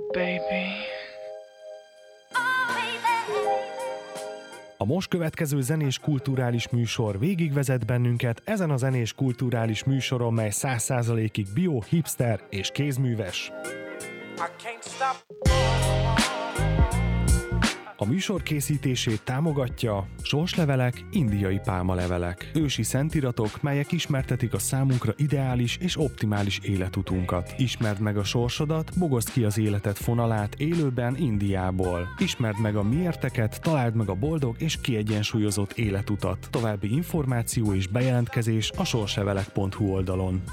Baby. A most következő zenés kulturális műsor végigvezet bennünket ezen a zenés kulturális műsoron, mely 100%-ig bio, hipster és kézműves. A műsor készítését támogatja sorslevelek, indiai pálmalevelek, ősi szentiratok, melyek ismertetik a számunkra ideális és optimális életutunkat. Ismerd meg a sorsodat, bogozd ki az életed fonalát élőben Indiából. Ismerd meg a miérteket, találd meg a boldog és kiegyensúlyozott életutat. További információ és bejelentkezés a sorslevelek.hu oldalon.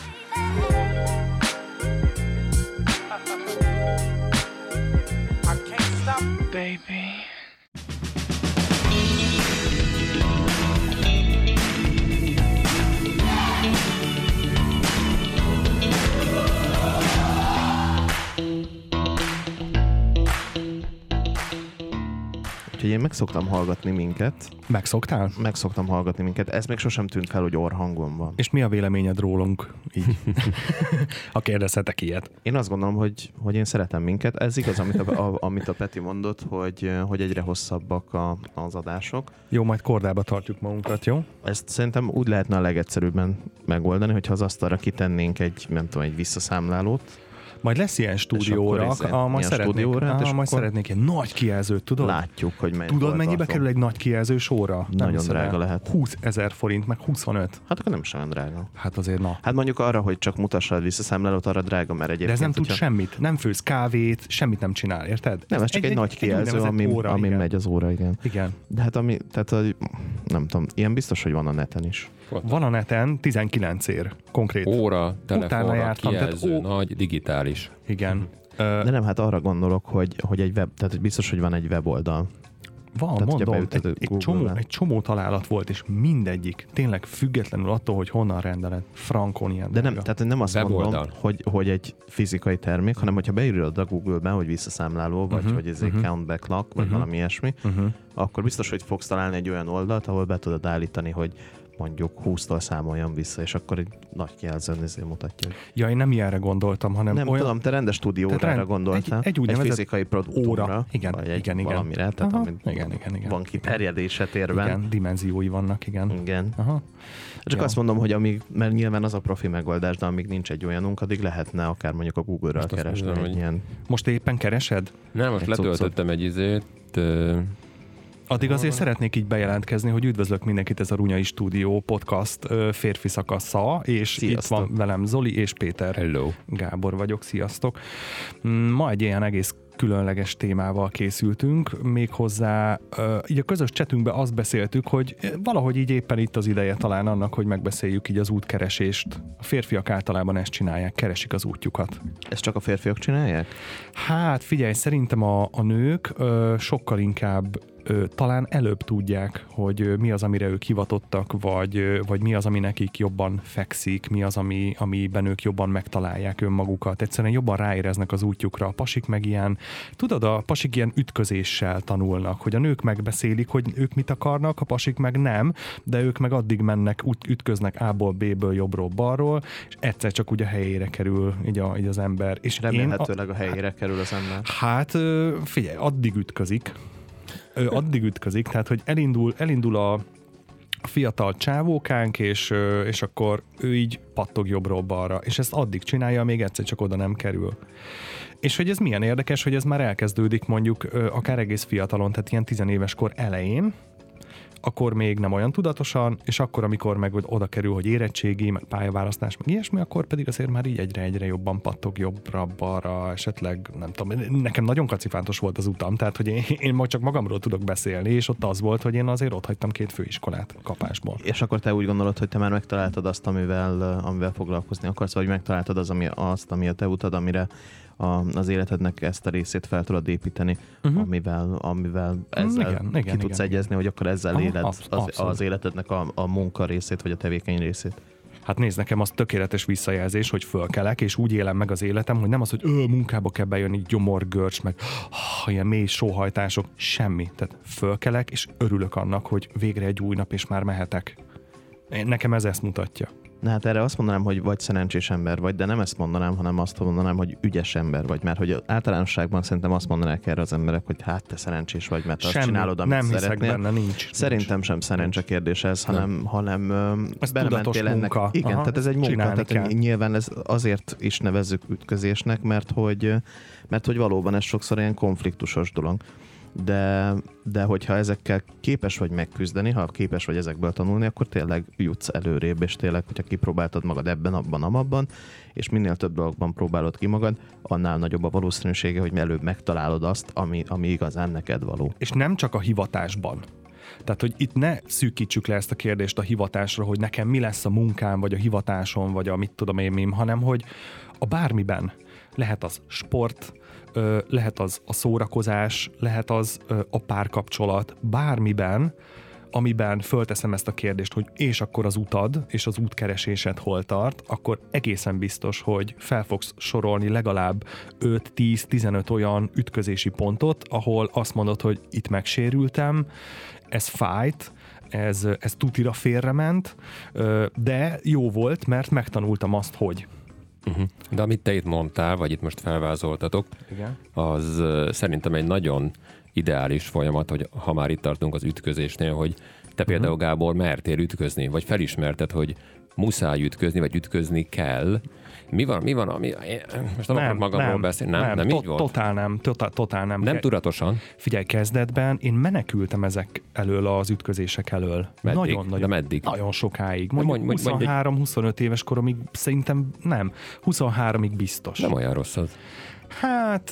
Baby. Úgyhogy én megszoktam hallgatni minket. Megszoktál? Megszoktam hallgatni minket. Ez még sosem tűnt fel, hogy orrhangon van. És mi a véleményed rólunk? Így. Ha kérdezhetek ilyet. Én azt gondolom, hogy én szeretem minket. Ez igaz, amit a Peti mondott, hogy egyre hosszabbak az adások. Jó, majd kordába tartjuk magunkat, jó? Ezt szerintem úgy lehetne a legegyszerűbben megoldani, hogyha az asztalra kitennénk egy visszaszámlálót. Majd lesz ilyen stúdióra, majd szeretnék egy nagy kijelzőt, tudod? Látjuk, hogy mennyi. Tudod, mennyibe kerül egy nagy kijelzős óra? Nagyon drága lehet. 20 000 forint, meg 25. Hát akkor nem is olyan drága. Hát azért na. Hát mondjuk arra, hogy csak mutassad visszaszámlálót, arra drága, mert egyébként... De ez nem tud semmit, nem főz kávét, semmit nem csinál, érted? Nem, ez csak egy nagy kijelző, ami megy az óra, igen. Igen. De hát nem tudom, ilyen biztos, hogy van a neten is. Van a neten 19 ér, konkrét. Óra, telefonra, kijelző, nagy, digitális. Igen. De nem, hát arra gondolok, hogy egy web, tehát biztos, hogy van egy weboldal. Van, tehát, mondom, egy csomó találat volt, és mindegyik, tényleg függetlenül attól, hogy honnan rendeled, frankon ilyen. De nem, tehát nem azt mondom, hogy egy fizikai termék, hanem hogyha beírod a Google-ben, hogy visszaszámláló, vagy hogy ez egy count backlog, vagy valami ilyesmi, akkor biztos, hogy fogsz találni egy olyan oldalt, ahol be tudod állítani, hogy mondjuk 20-tól számoljon vissza, és akkor egy nagy kijelzőn mutatja. Ja, én nem ilyenre gondoltam, hanem nem olyan... tudom, te rendes stúdióra gondoltál. Egy fizikai produktumra, igen, vagy egy igen. valamire, tehát igen. van kiterjedése térben. Igen, dimenziói vannak, igen. Aha. Csak azt mondom, hogy mert nyilván az a profi megoldás, de amíg nincs egy olyanunk, addig lehetne akár mondjuk a Google-ral keresni egy ilyen... Most éppen keresed? Nem, most letöltöttem egy izét. Addig azért szeretnék így bejelentkezni, hogy üdvözlök mindenkit, ez a Runyai Stúdió podcast férfi szakasza, és sziasztok. Itt van velem Zoli és Péter. Hello. Gábor vagyok, sziasztok. Ma egy ilyen egész különleges témával készültünk, méghozzá így a közös chatünkben azt beszéltük, hogy valahogy így éppen itt az ideje talán annak, hogy megbeszéljük így az útkeresést. A férfiak általában ezt csinálják, keresik az útjukat. Ezt csak a férfiak csinálják? Hát figyelj, szerintem a nők sokkal inkább talán előbb tudják, hogy mi az, amire ők hivatottak, vagy mi az, ami nekik jobban fekszik, mi az, amiben ők jobban megtalálják önmagukat. Egyszerűen jobban ráéreznek az útjukra. A pasik meg ilyen, tudod, a pasik ilyen ütközéssel tanulnak, hogy a nők megbeszélik, hogy ők mit akarnak, a pasik meg nem, de ők meg addig mennek, ütköznek A-ból, B-ből, jobbról, balról, és egyszer csak úgy a helyére kerül így az ember. És remélhetőleg a helyére kerül az ember. Hát figyelj, addig ütközik, tehát hogy elindul a fiatal csávókánk, és akkor ő így pattog jobbról balra, és ezt addig csinálja, még egyszer csak oda nem kerül. És hogy ez milyen érdekes, hogy ez már elkezdődik mondjuk akár egész fiatalon, tehát ilyen 10 éves kor elején, akkor még nem olyan tudatosan, és akkor, amikor meg oda kerül, hogy érettségi, meg pályaválasztás, meg ilyesmi, akkor pedig azért már így egyre jobban pattog jobbra-balra, esetleg, nem tudom, nekem nagyon kacifántos volt az utam, tehát, hogy én majd csak magamról tudok beszélni, és ott az volt, hogy én azért ott hagytam 2 főiskolát kapásból. És akkor te úgy gondolod, hogy te már megtaláltad azt, amivel foglalkozni akarsz, vagy megtaláltad ami a te utad, amire az életednek ezt a részét fel tudod építeni, amivel ezzel ki tudsz egyezni, hogy akkor ezzel éled az életednek a munka részét, vagy a tevékeny részét. Hát nézd, nekem az tökéletes visszajelzés, hogy fölkelek, és úgy élem meg az életem, hogy nem az, hogy munkába kell bejönni, gyomorgörcs, meg ilyen mély sóhajtások, semmi. Tehát fölkelek, és örülök annak, hogy végre egy új nap, és már mehetek. Nekem ez ezt mutatja. Na hát erre azt mondanám, hogy vagy szerencsés ember vagy, de nem ezt mondanám, hanem azt mondanám, hogy ügyes ember vagy, mert hogy általánosságban szerintem azt mondanák erre az emberek, hogy hát te szerencsés vagy, mert azt csinálod, amit nem szeretnél. Benne, nincs. Szerintem sem szerencse kérdés ez, hanem ez tudatos munka. Igen, tehát ez egy munka, tehát nyilván ez azért is nevezzük ütközésnek, mert hogy valóban ez sokszor ilyen konfliktusos dolog. De hogyha ezekkel képes vagy megküzdeni, ha képes vagy ezekből tanulni, akkor tényleg jutsz előrébb, és tényleg, hogyha kipróbáltad magad ebben, abban, és minél több dologban próbálod ki magad, annál nagyobb a valószínűsége, hogy előbb megtalálod azt, ami igazán neked való. És nem csak a hivatásban. Tehát, hogy itt ne szűkítsük le ezt a kérdést a hivatásra, hogy nekem mi lesz a munkám, vagy a hivatásom, vagy a mit tudom én, hanem hogy a bármiben. Lehet az sport, lehet az a szórakozás, lehet az a párkapcsolat, bármiben, amiben fölteszem ezt a kérdést, hogy és akkor az utad, és az útkeresésed hol tart, akkor egészen biztos, hogy fel fogsz sorolni legalább 5-10-15 olyan ütközési pontot, ahol azt mondod, hogy itt megsérültem, ez fájt, ez tutira félrement, de jó volt, mert megtanultam azt, hogy. De amit te itt mondtál, vagy itt most felvázoltatok, igen, az szerintem egy nagyon ideális folyamat, hogy ha már itt tartunk az ütközésnél, hogy te például, Gábor, mertél ütközni, vagy felismerted, hogy muszáj ütközni, vagy ütközni kell. Mi van, ami... Most nem akarok magamról beszélni. Nem így volt? Totál nem. Nem tudatosan. Figyelj, kezdetben én menekültem ezek elől az ütközések elől. Meddig? De meddig? Nagyon sokáig. Mondjuk 23-25 éves koromig szerintem nem. 23-ig biztos. Nem olyan rossz az. Hát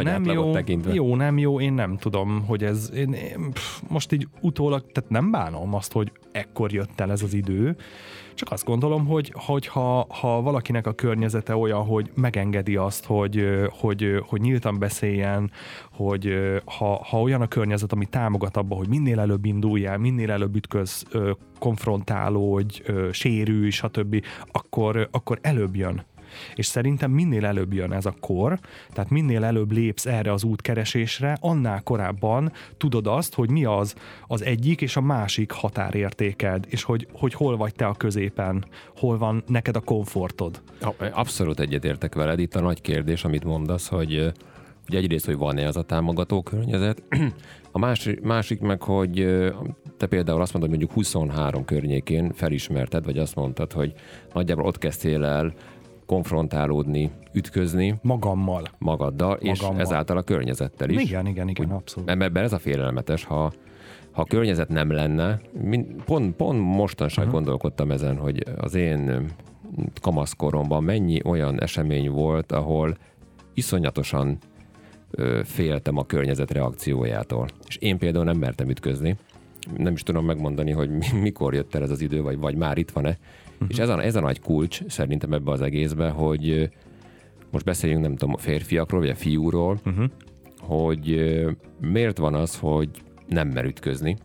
jó, nem jó, én nem tudom, hogy ez, most így utólag, tehát nem bánom azt, hogy ekkor jött el ez az idő, csak azt gondolom, hogy ha valakinek a környezete olyan, hogy megengedi azt, hogy nyíltan beszéljen, hogy ha olyan a környezet, ami támogat abba, hogy minél előbb induljál, minél előbb ütköz, konfrontálódj, sérülj, stb., akkor előbb jön. És szerintem minél előbb jön ez a kor, tehát minél előbb lépsz erre az útkeresésre, annál korábban tudod azt, hogy mi az egyik és a másik határértéked, és hogy hol vagy te a középen, hol van neked a komfortod. Abszolút egyetértek veled. Itt a nagy kérdés, amit mondasz, hogy egyrészt, hogy van-e az a támogató környezet, a másik meg, hogy te például azt mondod, mondjuk 23 környékén felismerted, vagy azt mondtad, hogy nagyjából ott kezdtél el konfrontálódni, ütközni. Magaddal, és ezáltal a környezettel is. Igen, abszolút. Ebben ez a félelmetes, ha a környezet nem lenne, pont mostanság gondolkodtam ezen, hogy az én kamaszkoromban mennyi olyan esemény volt, ahol iszonyatosan féltem a környezet reakciójától. És én például nem mertem ütközni. Nem is tudom megmondani, hogy mikor jött el ez az idő, vagy már itt van-e. És ez a nagy kulcs szerintem ebbe az egészbe, hogy most beszéljünk, nem tudom, a férfiakról, vagy a fiúról, hogy miért van az, hogy nem mer ütközni,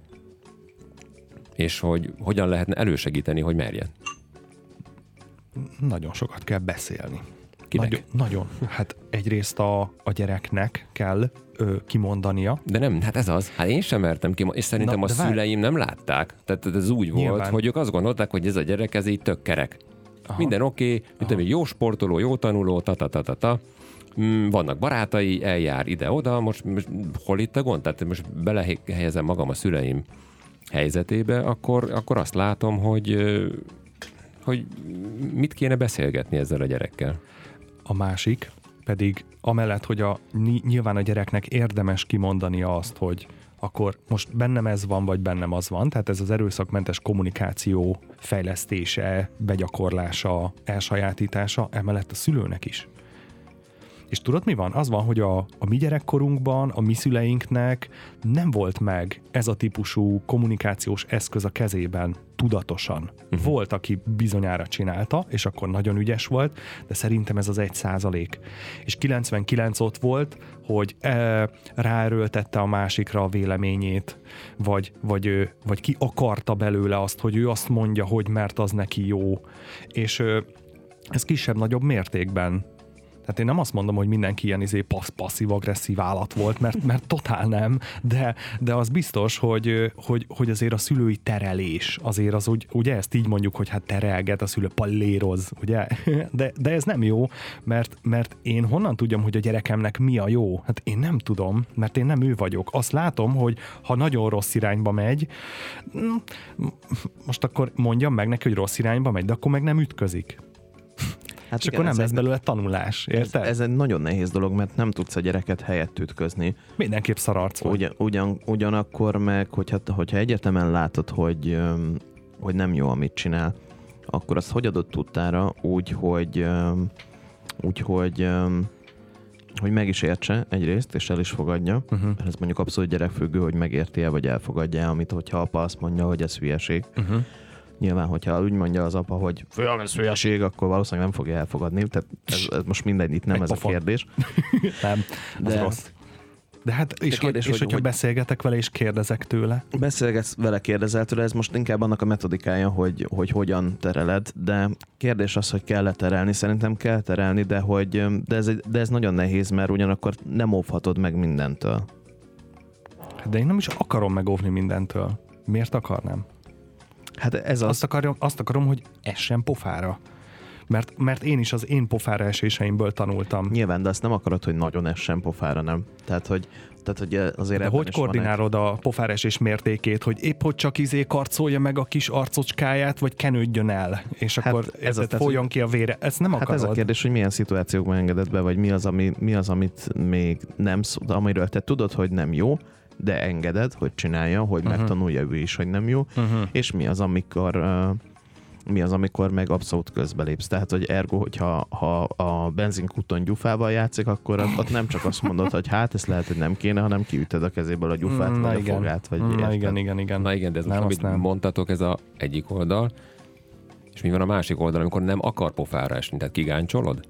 és hogy hogyan lehetne elősegíteni, hogy merjen. Nagyon sokat kell beszélni. Kinek? Nagyon. Hát egyrészt a gyereknek kell kimondania. De nem, hát ez az. Hát én sem mertem ki, és szerintem a szüleim nem látták. Tehát ez úgy volt, hogy ők azt gondolták, hogy ez a gyerek, ez így tök kerek. Aha. Minden oké, jó sportoló, jó tanuló, vannak barátai, eljár ide-oda, most hol itt a gond? Tehát most belehelyezem magam a szüleim helyzetébe, akkor azt látom, hogy mit kéne beszélgetni ezzel a gyerekkel. A másik pedig amellett, hogy nyilván a gyereknek érdemes kimondania azt, hogy akkor most bennem ez van, vagy bennem az van, tehát ez az erőszakmentes kommunikáció fejlesztése, begyakorlása, elsajátítása, emellett a szülőnek is. És tudod, mi van? Az van, hogy a mi gyerekkorunkban, a mi szüleinknek nem volt meg ez a típusú kommunikációs eszköz a kezében tudatosan. Volt, aki bizonyára csinálta, és akkor nagyon ügyes volt, de szerintem ez az 1%. És 99 ott volt, hogy ráerőltette a másikra a véleményét, vagy ki akarta belőle azt, hogy ő azt mondja, hogy mert az neki jó. És ez kisebb-nagyobb mértékben. Tehát én nem azt mondom, hogy mindenki ilyen passzív-agresszív állat volt, mert totál nem, de az biztos, hogy azért a szülői terelés, azért az ugye ezt így mondjuk, hogy hát terelget, a szülő palléroz, ugye? De ez nem jó, mert én honnan tudjam, hogy a gyerekemnek mi a jó? Hát én nem tudom, mert én nem ő vagyok. Azt látom, hogy ha nagyon rossz irányba megy, most akkor mondjam meg neki, hogy rossz irányba megy, de akkor meg nem ütközik. Hát és igen, akkor nem lesz belőle tanulás, érted? Ez egy nagyon nehéz dolog, mert nem tudsz a gyereket helyett ütközni. Mindenképp szararc vagy. Ugyanakkor meg, hogyha egyértelműen látod, hogy nem jó, amit csinál, akkor azt hogy adod tudtára úgy, hogy meg is értse egyrészt, és el is fogadja. Ez mondjuk abszolút gyerekfüggő, hogy megérti-e, vagy elfogadja, amit hogyha apa azt mondja, hogy ez hülyeség. Nyilván, hogyha úgy mondja az apa, hogy fiam, ez hülyeség, akkor valószínűleg nem fogja elfogadni. Tehát ez most mindegy, itt nem ez a kérdés. Nem, az rossz. De hát, hogyha beszélgetek vele, és kérdezek tőle. Beszélgetsz vele, kérdezel tőle, ez most inkább annak a metodikája, hogy hogyan tereled, de kérdés az, hogy kell-e terelni. Szerintem kell terelni, de ez nagyon nehéz, mert ugyanakkor nem óvhatod meg mindentől. De én nem is akarom megóvni mindentől. Miért akarnám? Hát ez azt akarom, hogy essen pofára. Mert én is az én pofára eséseimből tanultam. Nyilván, de azt nem akarod, hogy nagyon essen pofára, nem? Tehát, hogy azért... De hogy koordinálod a pofára esés mértékét, hogy épp hogy csak karcolja meg a kis arcocskáját, vagy kenődjön el, és akkor folyjon ki a vére. Ezt nem akarod. Hát ez a kérdés, hogy milyen szituációkban engeded be, vagy mi az, amit még nem, amiről te tudod, hogy nem jó, de engeded, hogy csinálja, hogy megtanulja ő is, hogy nem jó, és mi az, amikor meg abszolút közbelépsz. Tehát, hogy ergo, hogyha a benzinkúton gyufával játszik, akkor ott nem csak azt mondod, hogy hát ezt lehet, hogy nem kéne, hanem kiütöd a kezéből a gyufát, vagy a fogát. Vagy igen. Na igen, de ez most, amit mondtatok, ez a egyik oldal, és mi van a másik oldal, amikor nem akar pofára esni, tehát kigáncsolod?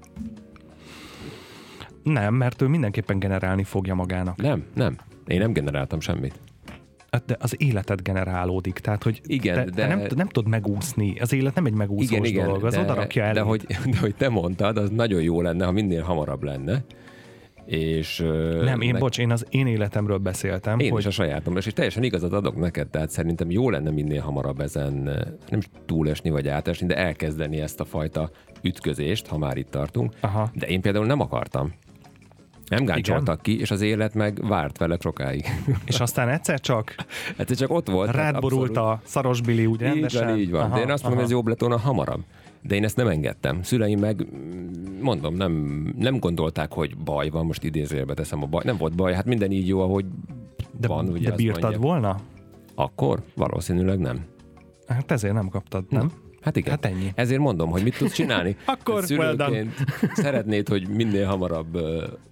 Nem, mert ő mindenképpen generálni fogja magának. Nem. Én nem generáltam semmit. De az életed generálódik, tehát hogy igen, te nem tudod megúszni. Az élet nem egy megúszós dolog, az odarakja el. De hogy te mondtad, az nagyon jó lenne, ha minél hamarabb lenne. És, én az én életemről beszéltem. Én is a sajátomról, és teljesen igazat adok neked, tehát szerintem jó lenne minél hamarabb ezen nem túlesni vagy átesni, de elkezdeni ezt a fajta ütközést, ha már itt tartunk. Aha. De én például nem akartam. Nem gáncsoltak ki, és az élet meg várt vele sokáig. És aztán egyszer csak ott volt. Rád borult a szaros bili úgy rendesen. Így van. De én azt mondom, ez jobb lett volna hamarabb. De én ezt nem engedtem. Szüleim meg, mondom, nem gondolták, hogy baj van, most idézőjelbe teszem a baj. Nem volt baj, hát minden így jó, ahogy van. Ugye de bírtad volna? Akkor valószínűleg nem. Hát ezért nem kaptad, nem? Hát igen. Hát ennyi. Ezért mondom, hogy mit tudsz csinálni. Akkor szülőként szeretnéd, hogy minél hamarabb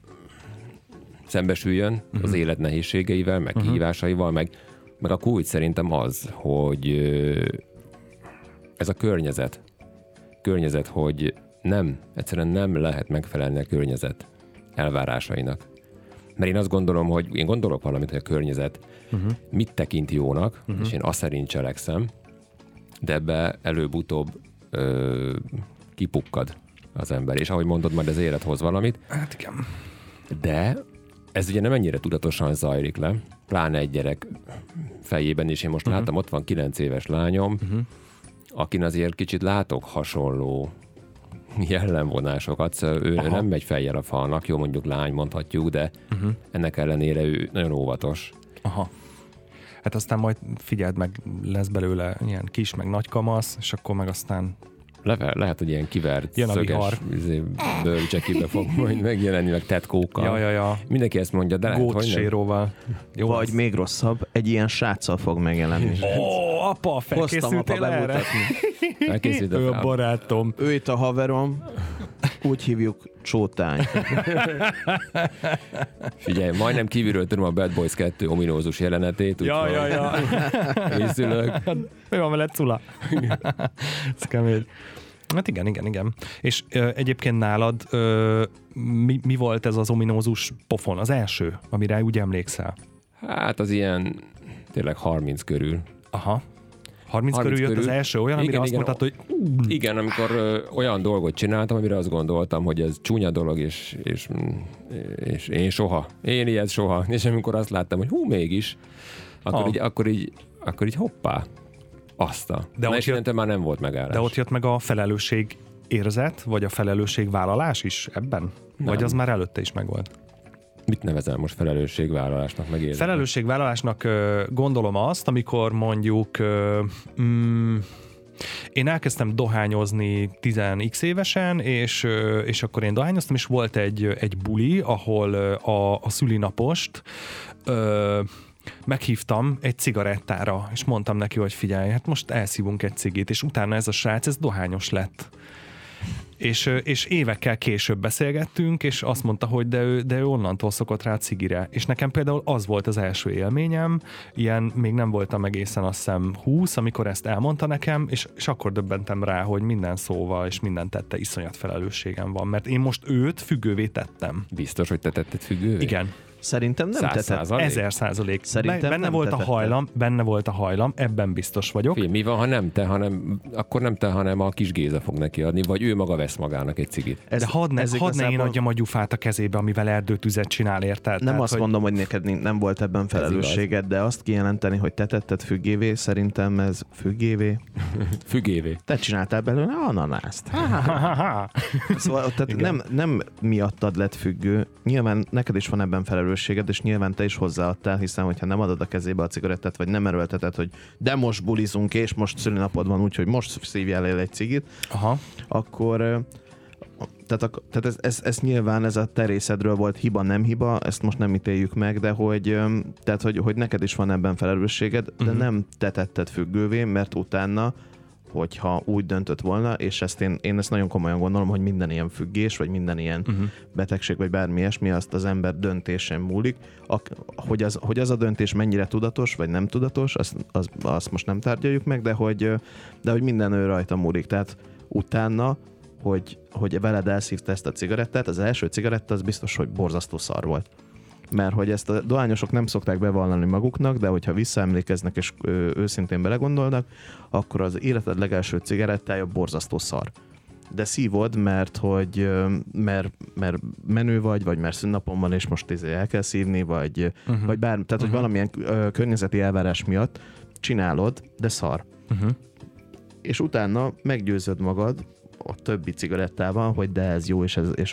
szembesüljön az élet nehézségeivel, meg kihívásaival, meg a kulcs szerintem az, hogy ez a környezet, hogy egyszerűen nem lehet megfelelni a környezet elvárásainak. Mert én azt gondolom, hogy én gondolok valamit, hogy a környezet mit tekint jónak, és én azt szerint cselekszem, de ebbe előbb-utóbb kipukkad az ember. És ahogy mondod, majd az élet hoz valamit. Hát igen. De ez ugye nem ennyire tudatosan zajlik le, pláne egy gyerek fejében is. Én most láttam, ott van 9 éves lányom, akin azért kicsit látok hasonló jellemvonásokat, szóval ő nem megy fejjel a falnak, jó, mondjuk lány mondhatjuk, de ennek ellenére ő nagyon óvatos. Aha. Hát aztán majd figyeld meg, lesz belőle ilyen kis, meg nagy kamasz, és akkor meg aztán lehet, hogy ilyen kivert, szöges bőrcsekibe fog majd megjelenni, meg tetkókkal. Ja. Mindenki ezt mondja, de lehet, hogy nem. Vagy még rosszabb, egy ilyen sáccal fog megjelenni. Apa, felkészültél erre? Ő a barátom. Ő itt a haverom, úgy hívjuk Csótány. Figyelj, majdnem kívülről tudom a Bad Boys 2 ominózus jelenetét. Ja. Készülök. Mi van veled, Cula? Ez kemény. Hát igen. És egyébként nálad mi volt ez az ominózus pofon? Az első, amire úgy emlékszel? Hát az ilyen tényleg 30 körül. Aha. 30 körül jött az első olyan, amire azt mondtad, hogy... Igen, amikor olyan dolgot csináltam, amire azt gondoltam, hogy ez csúnya dolog, és én ilyet soha. És amikor azt láttam, hogy mégis, akkor így hoppá, és innentől már nem volt megállás. De ott jött meg a felelősség érzet, vagy a felelősségvállalás is ebben? Nem. Vagy az már előtte is megvolt? Mit nevezel most felelősségvállalásnak, meg érzetem? Felelősségvállalásnak gondolom azt, amikor mondjuk én elkezdtem dohányozni 10x évesen, és akkor én dohányoztam, és volt egy buli, ahol a szülinapost meghívtam egy cigarettára, és mondtam neki, hogy figyelj, hát most elszívunk egy cigit, és utána ez a srác, ez dohányos lett. És évekkel később beszélgettünk, és azt mondta, hogy de ő onnantól szokott rá a cigire. És nekem például az volt az első élményem, ilyen még nem voltam egészen azt hiszem 20, amikor ezt elmondta nekem, és akkor döbbentem rá, hogy minden szóval és minden tette iszonyat felelősségem van, mert én most őt függővé tettem. Biztos, hogy te tetted függővé? Igen. Szerintem nem tetted. 1000%. Szerintem benne volt a hajlam, ebben biztos vagyok. Fél, mi van, ha nem te, akkor nem te, hanem a kis Géza fog neki adni, vagy ő maga vesz magának egy cigit. De hadd ne én adjam a gyufát a kezébe, amivel erdőtüzet csinál, érted? Nem azt mondom, hogy neked nem volt ebben felelősséged, de azt kijelenteni, hogy te tetted függévé, szerintem ez függévé. Függévé. Te csináltál belőle ananászt. Szóval tehát nem miattad lett függő. Nyilván neked is van ebben felelősséged, és nyilván te is hozzáadtál, hiszen hogyha nem adod a kezébe a cigarettát, vagy nem erőlteted, hogy de most bulizunk, és most szülinapod van, úgyhogy most szívjál el egy cigit, akkor tehát ez nyilván ez a te részedről volt hiba, nem hiba, ezt most nem ítéljük meg, de hogy neked is van ebben felelősséged, de nem te tetted függővé, mert utána, hogyha úgy döntött volna, és ezt én ezt nagyon komolyan gondolom, hogy minden ilyen függés, vagy minden ilyen betegség, vagy bármi ilyesmi, azt az ember döntésen múlik. Hogy az a döntés mennyire tudatos, vagy nem tudatos, azt most nem tárgyaljuk meg, de hogy minden ő rajta múlik. Tehát utána, hogy veled elszívta ezt a cigarettát, az első cigaretta az biztos, hogy borzasztó szar volt. Mert hogy ezt a dohányosok nem szokták bevallani maguknak, de hogyha visszaemlékeznek és őszintén belegondolnak, akkor az életed legelső cigarettája borzasztó szar. De szívod, mert menő vagy mert szünnapon van, és most el kell szívni, vagy bármi. Tehát, hogy valamilyen környezeti elvárás miatt csinálod, de szar. És utána meggyőzöd magad a többi cigarettával, hogy de ez jó,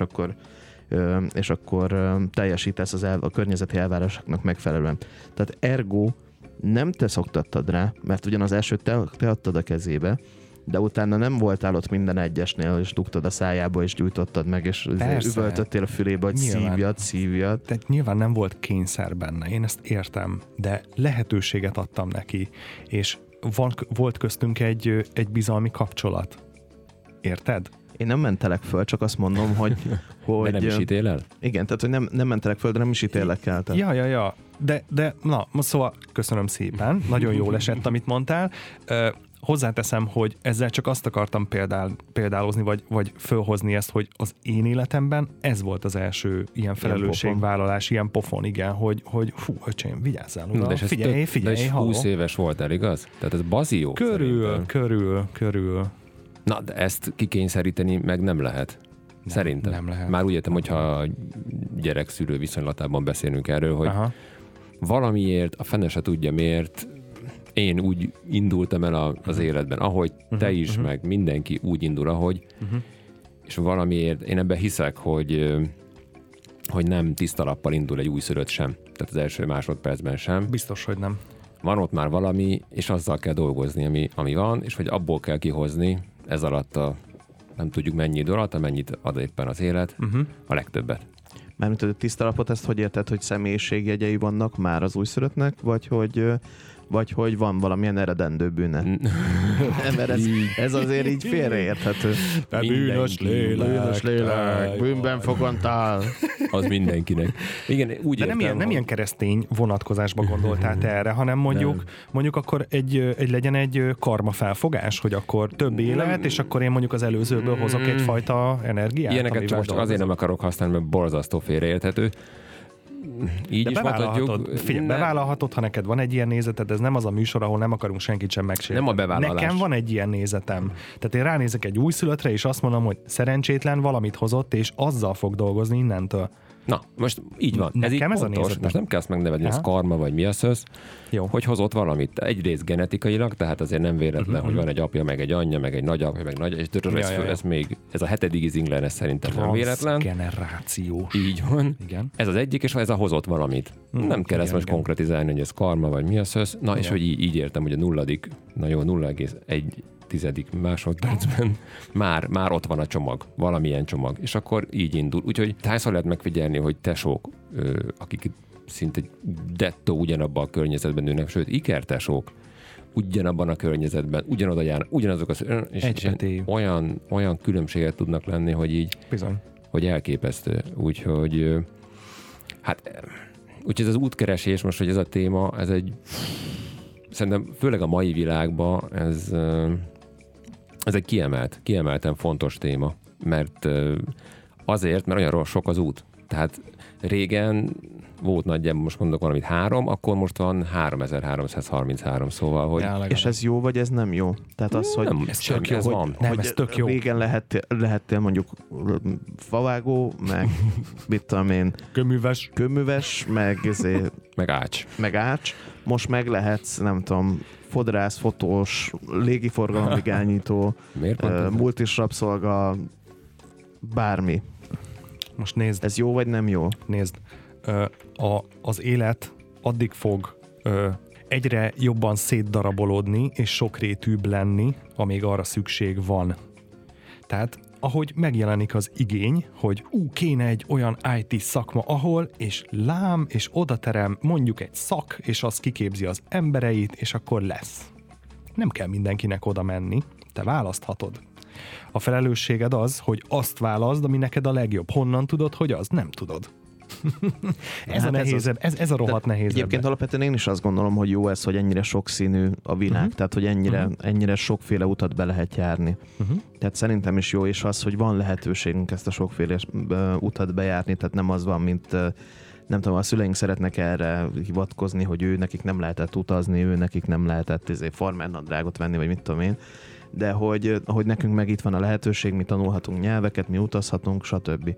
és akkor teljesítesz a környezeti elvárásoknak megfelelően. Tehát ergo nem te szoktattad rá, mert ugyan az elsőt te adtad a kezébe, de utána nem voltál ott minden egyesnél, és dugtad a szájába, és gyújtottad meg, és üvöltöttél a fülébe, hogy szívjad. Tehát nyilván nem volt kényszer benne, én ezt értem, de lehetőséget adtam neki, és volt köztünk egy bizalmi kapcsolat. Érted? Én nem mentelek föl, csak azt mondom, hogy de nem is ítél el? Igen, tehát hogy nem mentelek föl, de nem is ítélek el. Tehát. Ja. De na, szóval köszönöm szépen, nagyon jól esett, amit mondtál. Hozzáteszem, hogy ezzel csak azt akartam példálozni, vagy fölhozni ezt, hogy az én életemben ez volt az első ilyen felelősségvállalás, ilyen pofon, igen, hogy fú, öcsém, vigyázzál oda, figyelj, de 20 éves voltál, igaz? Tehát ez bazió. Körül. Na, de ezt kikényszeríteni meg nem lehet. Szerintem. Nem lehet. Már úgy értem, hogyha gyerek-szülő viszonylatában beszélünk erről, hogy valamiért, a fene se tudja miért, én úgy indultam el az életben, ahogy te is, meg mindenki úgy indul, ahogy, és valamiért, én ebben hiszek, hogy nem tiszta lappal indul egy újszülött sem. Tehát az első másodpercben sem. Biztos, hogy nem. Van ott már valami, és azzal kell dolgozni, ami van, és hogy abból kell kihozni ez alatt nem tudjuk mennyi idő alatt, amennyit ad éppen az élet, a legtöbbet. Mármint a tiszta lapot, ezt hogy érted, hogy személyiségjegyei vannak már az újszülöttnek, vagy hogy van valamilyen eredendő bűne? Mert ez azért így félreérthető. Bűnös lélek, bűnben fogontál. Az mindenkinek. Igen, úgy de értem, nem ilyen keresztény vonatkozásba gondoltál te erre, hanem mondjuk akkor legyen egy karma felfogás, hogy akkor több élet, és akkor én mondjuk az előzőből hozok egyfajta energiát. Ilyeneket csak most azért nem akarok használni, mert borzasztó félreérthető. így is mondhatjuk. Figyelj, bevállalhatod, ha neked van egy ilyen nézeted, ez nem az a műsor, ahol nem akarunk senkit sem megsérteni. Nem a bevállalás. Nekem van egy ilyen nézetem. Tehát én ránézek egy újszülöttre, és azt mondom, hogy szerencsétlen valamit hozott, és azzal fog dolgozni innentől. Na, most így van. Nekem ez így pontos. Most nem kell azt megnevedni, ez karma, vagy mi az össz, hogy hozott valamit. Egyrészt genetikailag, tehát azért nem véletlen, hogy van egy apja, meg egy anyja, meg egy nagyapja, meg nagy, és ez még, ez a 7. Izinglen, ez szerintem nem véletlen. Generációs. Így van. Igen. Ez az egyik, és ez a hozott valamit. Nem kell ezt most konkretizálni, hogy ez karma, vagy mi az össz. Na, és hogy így értem, hogy a 0,1 másodpercben már ott van a csomag, valamilyen csomag, és akkor így indul. Úgyhogy hányszor lehet megfigyelni, hogy tesók, akik szinte dettó ugyanabban a környezetben nőnek, sőt, ikertesók ugyanabban a környezetben, ugyanoda járnak, ugyanazok az... És olyan különbséget tudnak lenni, hogy így... Bizony. Hogy elképesztő. Úgyhogy úgyhogy ez az útkeresés most, hogy ez a téma, ez egy... Szerintem főleg a mai világban ez egy kiemelten fontos téma, mert azért, mert olyan sok az út. Tehát régen volt nagyjából, most mondok valamit 3, akkor most van 3333, szóval, hogy... És ez jó, vagy ez nem jó? Tehát az, hogy... Nem, ez tök jó, van. Nem, ez tök jó. Régen lehettél mondjuk favágó, meg mit tudom én... Köműves, meg ács. Most meg lehetsz, nem tudom, fodrász, fotós, légiforgalom irányító, multis rabszolga, bármi. Most nézd. Ez jó vagy nem jó? Nézd, az élet addig fog egyre jobban szétdarabolódni és sokrétűbb lenni, amíg arra szükség van. Tehát ahogy megjelenik az igény, hogy kéne egy olyan IT szakma, ahol, és lám, és oda terem mondjuk egy szak, és az kiképzi az embereit, és akkor lesz. Nem kell mindenkinek oda menni, te választhatod. A felelősséged az, hogy azt válaszd, ami neked a legjobb. Honnan tudod, hogy az? Nem tudod. Ez a nehezebb, ez a rohadt nehézebb. Egyébként alapvetően én is azt gondolom, hogy jó ez, hogy ennyire sokszínű a világ, tehát hogy ennyire sokféle utat be lehet járni. Tehát szerintem is jó, és az, hogy van lehetőségünk ezt a sokféle utat bejárni, tehát nem az van, mint nem tudom, a szüleink szeretnek erre hivatkozni, hogy nekik nem lehetett utazni, nekik nem lehetett farmernadrágot venni, vagy mit tudom én, de hogy nekünk meg itt van a lehetőség, mi tanulhatunk nyelveket, mi utazhatunk, stb.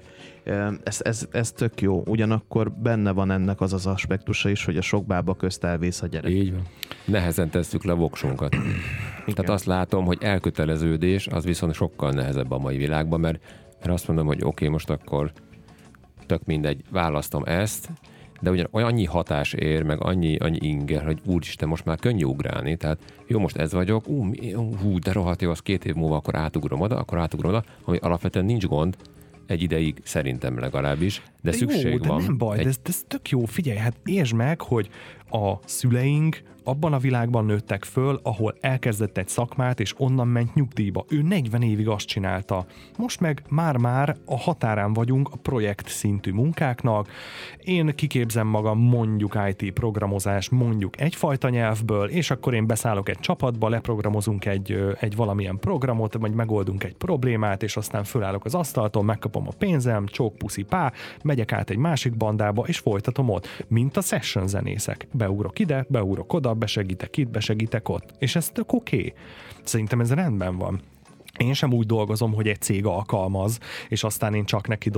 Ez tök jó. Ugyanakkor benne van ennek az aspektusa is, hogy a sok bába közt elvész a gyerek. Így van. Nehezen tesszük le voksunkat. Tehát azt látom, hogy elköteleződés az viszont sokkal nehezebb a mai világban, mert azt mondom, hogy oké, most akkor tök mindegy, választom ezt, de ugyan annyi hatás ér, meg annyi inger, hogy úristen, most már könnyű ugrálni, tehát jó, most ez vagyok, de rohadt jó, az 2 év múlva akkor átugrom oda, ami alapvetően nincs gond, egy ideig szerintem legalábbis, de szükség van. De nem baj, ez tök jó, figyelj, hát értsd meg, hogy a szüleink abban a világban nőttek föl, ahol elkezdett egy szakmát, és onnan ment nyugdíjba. Ő 40 évig azt csinálta. Most meg már a határán vagyunk a projekt szintű munkáknak. Én kiképzem magam mondjuk IT programozás, mondjuk egyfajta nyelvből, és akkor én beszállok egy csapatba, leprogramozunk egy valamilyen programot, vagy megoldunk egy problémát, és aztán fölállok az asztalton, megkapom a pénzem, csók, puszi, pá, megyek át egy másik bandába, és folytatom ott. Mint a session zenészek. Beugrok ide, beugrok oda, besegítek itt, besegítek ott. És ez tök oké. Szerintem ez rendben van. Én sem úgy dolgozom, hogy egy cég alkalmaz, és aztán én csak neki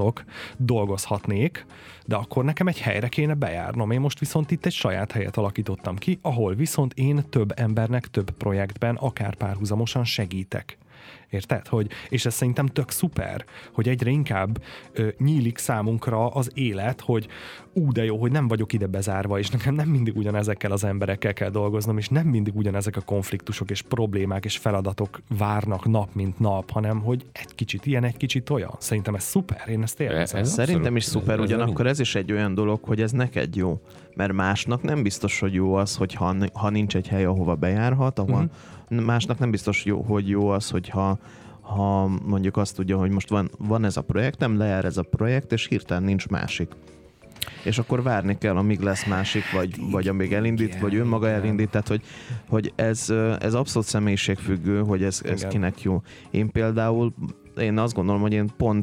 dolgozhatnék, de akkor nekem egy helyre kéne bejárnom. Én most viszont itt egy saját helyet alakítottam ki, ahol viszont én több embernek több projektben akár párhuzamosan segítek. Érted? És ez szerintem tök szuper, hogy egyre inkább nyílik számunkra az élet, hogy de jó, hogy nem vagyok ide bezárva, és nekem nem mindig ugyanezekkel az emberekkel kell dolgoznom, és nem mindig ugyanezek a konfliktusok és problémák és feladatok várnak nap, mint nap, hanem hogy egy kicsit ilyen, egy kicsit olyan. Szerintem ez szuper, én ezt élvezem. Szerintem is szuper, ugyanakkor ez is egy olyan dolog, hogy ez neked jó. Mert másnak nem biztos, hogy jó az, hogy ha nincs egy hely, ahova bejárhat, ahol másnak nem biztos, hogy jó az, hogyha mondjuk azt tudja, hogy most van ez a projektem, lejár ez a projekt, és hirtelen nincs másik. És akkor várni kell, amíg lesz másik, vagy amíg elindít, vagy önmaga elindít. Tehát, hogy ez abszolút személyiségfüggő, hogy ez kinek jó. Én például, azt gondolom, hogy én pont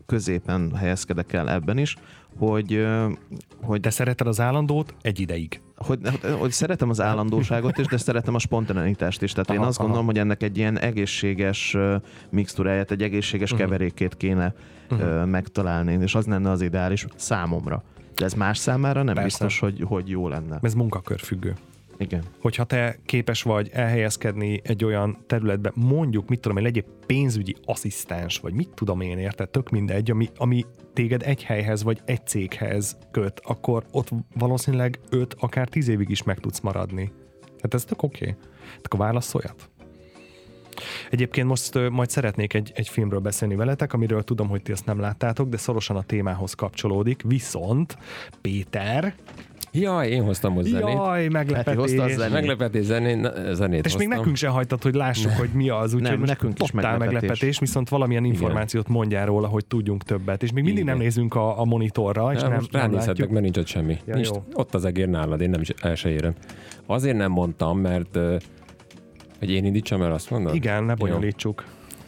középen helyezkedek el ebben is, hogy Te szereted az állandót egy ideig. hogy szeretem az állandóságot is, de szeretem a spontaneitást is. Tehát én azt gondolom, hogy ennek egy ilyen egészséges mixtúráját, egy egészséges keverékét kéne megtalálni, és az lenne az ideális számomra. De ez más számára nem biztos, hogy jó lenne. Ez munkakörfüggő. Igen. Hogyha te képes vagy elhelyezkedni egy olyan területbe, mondjuk, mit tudom én, legyél pénzügyi asszisztens, vagy mit tudom én, érted, tök mindegy, ami téged egy helyhez, vagy egy céghez köt, akkor ott valószínűleg 5, akár 10 évig is meg tudsz maradni. Tehát ez tök oké. Akkor válaszoljat. Egyébként most majd szeretnék egy filmről beszélni veletek, amiről tudom, hogy ti ezt nem láttátok, de szorosan a témához kapcsolódik, viszont Péter... Jaj, én hoztam hozzá zenét. Jaj, meglepetés. Meglepetés zenét És még nekünk sem hagytad, hogy lássuk, hogy mi az, úgyhogy most nekünk is meglepetés, viszont valamilyen információt mondjál róla, hogy tudjunk többet. És még mindig nem nézünk a monitorra, és nem ránézhetek, mert nincs ott semmi. Ja, nincs, ott az egér nálad, én nem is el se érem. Azért nem mondtam, mert hogy én indítsam el, azt mondod? Igen, ne bonyolítsuk.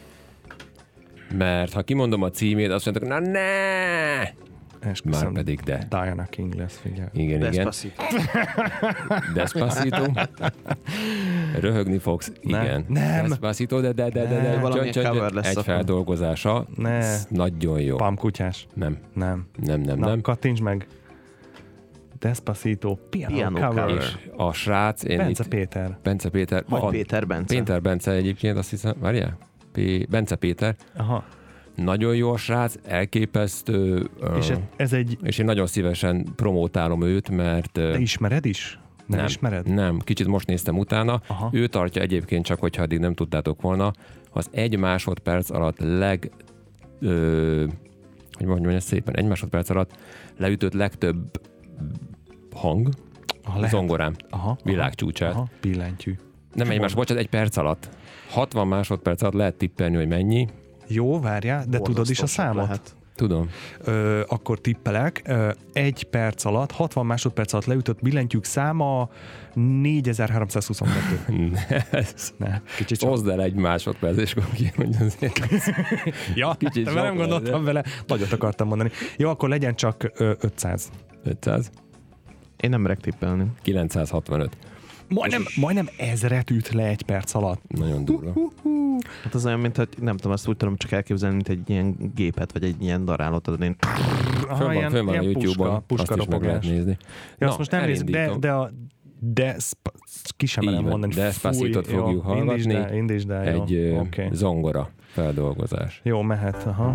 Mert ha kimondom a címét, azt mondtok, na ne! Már pedig de. Diana King lesz, figyelj. Igen. Despacito. Röhögni fogsz. Igen. Nem. Despacito, de. Valamilyen cover lesz. Egy feldolgozása. Ne. Nagyon jó. Pamkutyás. Nem. Nem. Kattints meg. Despacito. Piano cover. És a srác... Bence Péter. Bence Péter. Vagy Péter Bence. Péter Bence egyébként, azt hiszem. Várjál? Bence Péter. Aha. Nagyon jó a srác, elképesztő. És én nagyon szívesen promótálom őt, mert... De ismered is? Nem ismered? Nem, kicsit most néztem utána. Aha. Ő tartja egyébként, csak hogyha eddig nem tudtátok volna, az 1 másodperc alatt hogy mondjam ezt szépen, 1 másodperc alatt leütött legtöbb hang zongorán. Világcsúcsát. Billentyű. Nem 1 perc alatt. 60 másodperc alatt lehet tippelni, hogy mennyi. Jó, várjál, de tudod is a számot? Lehet. Tudom. Akkor tippelek. 1 perc alatt, 60 másodperc alatt leütött billentyűk száma 4322. Kicsit hozd el 1 másodperc, és akkor mondja azért. Ja, te nem gondoltam vele. Nagyot akartam mondani. Jó, akkor legyen csak 500. 500? Én nem merek tippelni. 965. Majdnem 1000-et üt le 1 perc alatt. Nagyon durva. Hát az olyan, mint hogy nem tudom, azt úgy tudom csak elképzelni, mint egy ilyen gépet, vagy egy ilyen darálót adod én. Fönn van a YouTube-on, azt is meg lehet nézni. Ja, azt most nem nézzük, de ki sem merem mondani. Despacitot fogjuk hallgatni. Indítsd el, egy zongora feldolgozás. Jó, mehet, aha.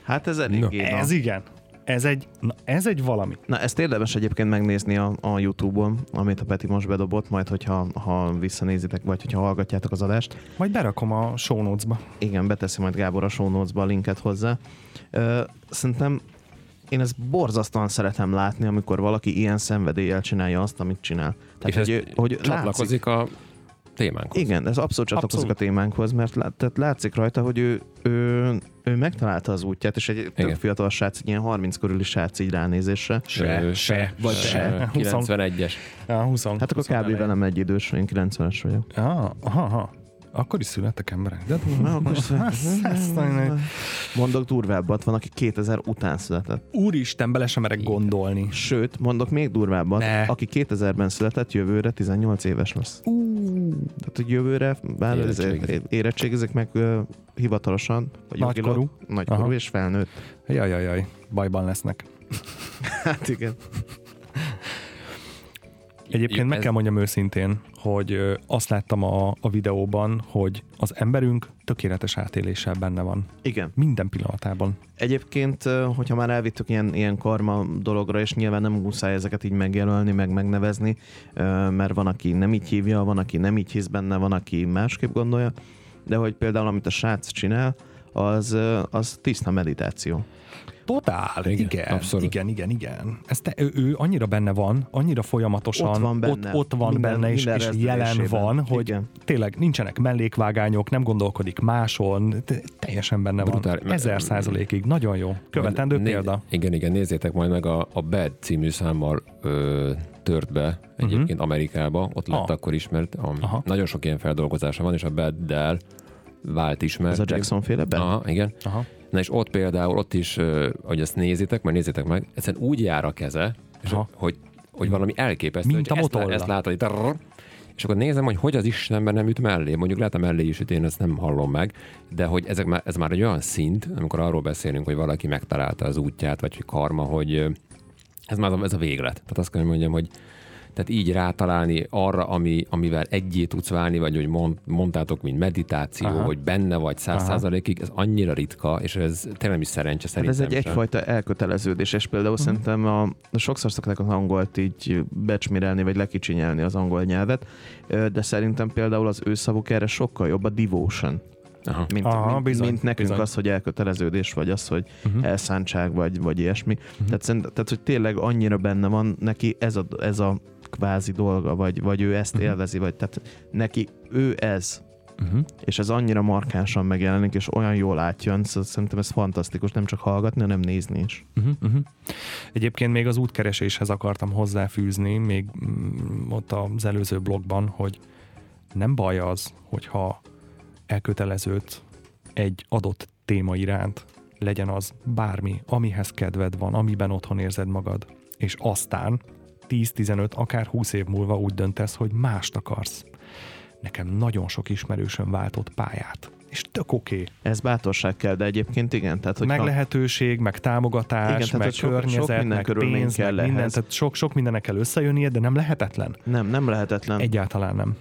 Hát ez eléggé. Ez igen. Ez egy valami. Na, ezt érdemes egyébként megnézni a YouTube-on, amit a Peti most bedobott, majd hogyha visszanézitek, vagy hogyha hallgatjátok az adást. Majd berakom a show notes-ba. Igen, beteszi majd Gábor a show notes-ba a linket hozzá. Szerintem én ezt borzasztóan szeretem látni, amikor valaki ilyen szenvedéllyel csinálja azt, amit csinál. Tehát, és hogy csatlakozik a témánkhoz. Igen, ez abszolút csatlakozik a témánkhoz, mert tehát látszik rajta, hogy ő megtalálta az útját, és egy tök fiatal srác, ilyen 30 körüli srác így ránézésre. Vagy se. 91-es. Ja, 20. Hát akkor kb. Velem egy idős, én 90-es vagyok. Aha. Akkor is születtek emberek. De mondok durvábbat, van, aki 2000 után született. Úristen, bele sem merek gondolni. Sőt, mondok még durvábbat, aki 2000-ben született, jövőre 18 éves lesz. Tehát, hogy jövőre bár érettségizik meg hivatalosan, vagy nagykorú és felnőtt. Jaj, bajban lesznek. Hát igen. Egyébként meg kell mondjam őszintén, hogy azt láttam a videóban, hogy az emberünk tökéletes átéléssel benne van. Igen. Minden pillanatában. Egyébként, hogyha már elvittük ilyen karma dologra, és nyilván nem muszáj ezeket így megjelölni, meg megnevezni, mert van, aki nem így hívja, van, aki nem így hisz benne, van, aki másképp gondolja, de hogy például, amit a srác csinál, az tiszta meditáció. Totál, igen. Ő annyira benne van, annyira folyamatosan ott van benne és jelen van, hogy igen. Tényleg nincsenek mellékvágányok, nem gondolkodik máson, teljesen benne brutál, van. 1000%-ig. Nagyon jó. Követendő példa. Igen, nézzétek majd meg a Bad című számmal tört be egyébként Amerikába, ott lett akkor ismert. Nagyon sok ilyen feldolgozása van, és a Baddel vált ismert. Ez a Jackson-féle Bad? Aha, igen. Aha. Na és ott például, ott is, hogy ezt nézzétek meg, egyszerűen úgy jár a keze, és hogy valami elképesztő, mint hogy ezt látod, és akkor nézem, hogy az Istenben nem üt mellé. Mondjuk lehet a mellé is üt, én ezt nem hallom meg, de hogy ez már egy olyan szint, amikor arról beszélünk, hogy valaki megtalálta az útját, vagy hogy karma, hogy ez a véglet. Tehát azt kell mondjam, hogy tehát így rátalálni arra, amivel egyé tudsz válni, vagy hogy mondtátok, mint meditáció, hogy benne vagy 100%-ig, ez annyira ritka, és ez tényleg is szerencse szerintem. Hát ez egyfajta elköteleződés, és például szerintem sokszor szokták az angolt így becsmirelni, vagy lekicsinyelni az angol nyelvet, de szerintem például az ő szavuk erre sokkal jobb, a devotion. Mint nekünk az, hogy elköteleződés, vagy az, hogy elszántság, vagy ilyesmi. Tehát, hogy tényleg annyira benne van neki ez a kvázi dolga, vagy ő ezt élvezi, vagy tehát neki ő ez. És ez annyira markánsan megjelenik, és olyan jól átjön, szóval szerintem ez fantasztikus, nem csak hallgatni, hanem nézni is. Egyébként még az útkereséshez akartam hozzáfűzni, még ott az előző blogban, hogy nem baj az, hogyha elköteleződsz egy adott téma iránt, legyen az bármi, amihez kedved van, amiben otthon érzed magad, és aztán 10-15, akár 20 év múlva úgy döntesz, hogy mást akarsz. Nekem nagyon sok ismerősöm váltott pályát, és tök oké. Ez bátorság kell, de egyébként igen. Tehát, meg lehetőség, meg támogatás, igen, meg környezet, meg pénz, meg minden, tehát sok mindennek kell összejönnie, de nem lehetetlen. Nem lehetetlen. Egyáltalán nem.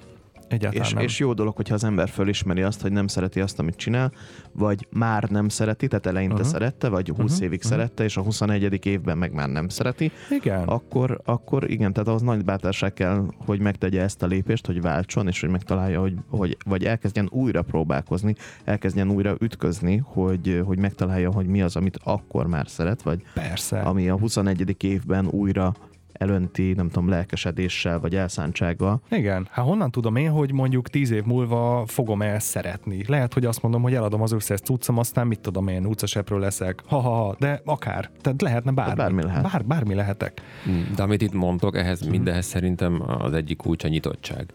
És jó dolog, hogyha az ember fölismeri azt, hogy nem szereti azt, amit csinál, vagy már nem szereti, tehát eleinte szerette, vagy 20 évig szerette, és a 21. évben meg már nem szereti. Igen. Akkor igen, tehát ahhoz nagy bátorság kell, hogy megtegye ezt a lépést, hogy váltson, és hogy megtalálja, vagy elkezdjen újra próbálkozni, elkezdjen újra ütközni, hogy megtalálja, hogy mi az, amit akkor már szeret, vagy persze, ami a 21. évben újra elönti, nem tudom, lelkesedéssel, vagy elszántsággal. Igen. Hát honnan tudom én, hogy mondjuk 10 év múlva fogom el szeretni? Lehet, hogy azt mondom, hogy eladom az összes cuccom, aztán mit tudom én, utcasepről leszek. De akár. Tehát lehetne bármi. Bármi lehet. Bármi lehetek. De amit itt mondtok, mindenhez szerintem az egyik kulcs a nyitottság.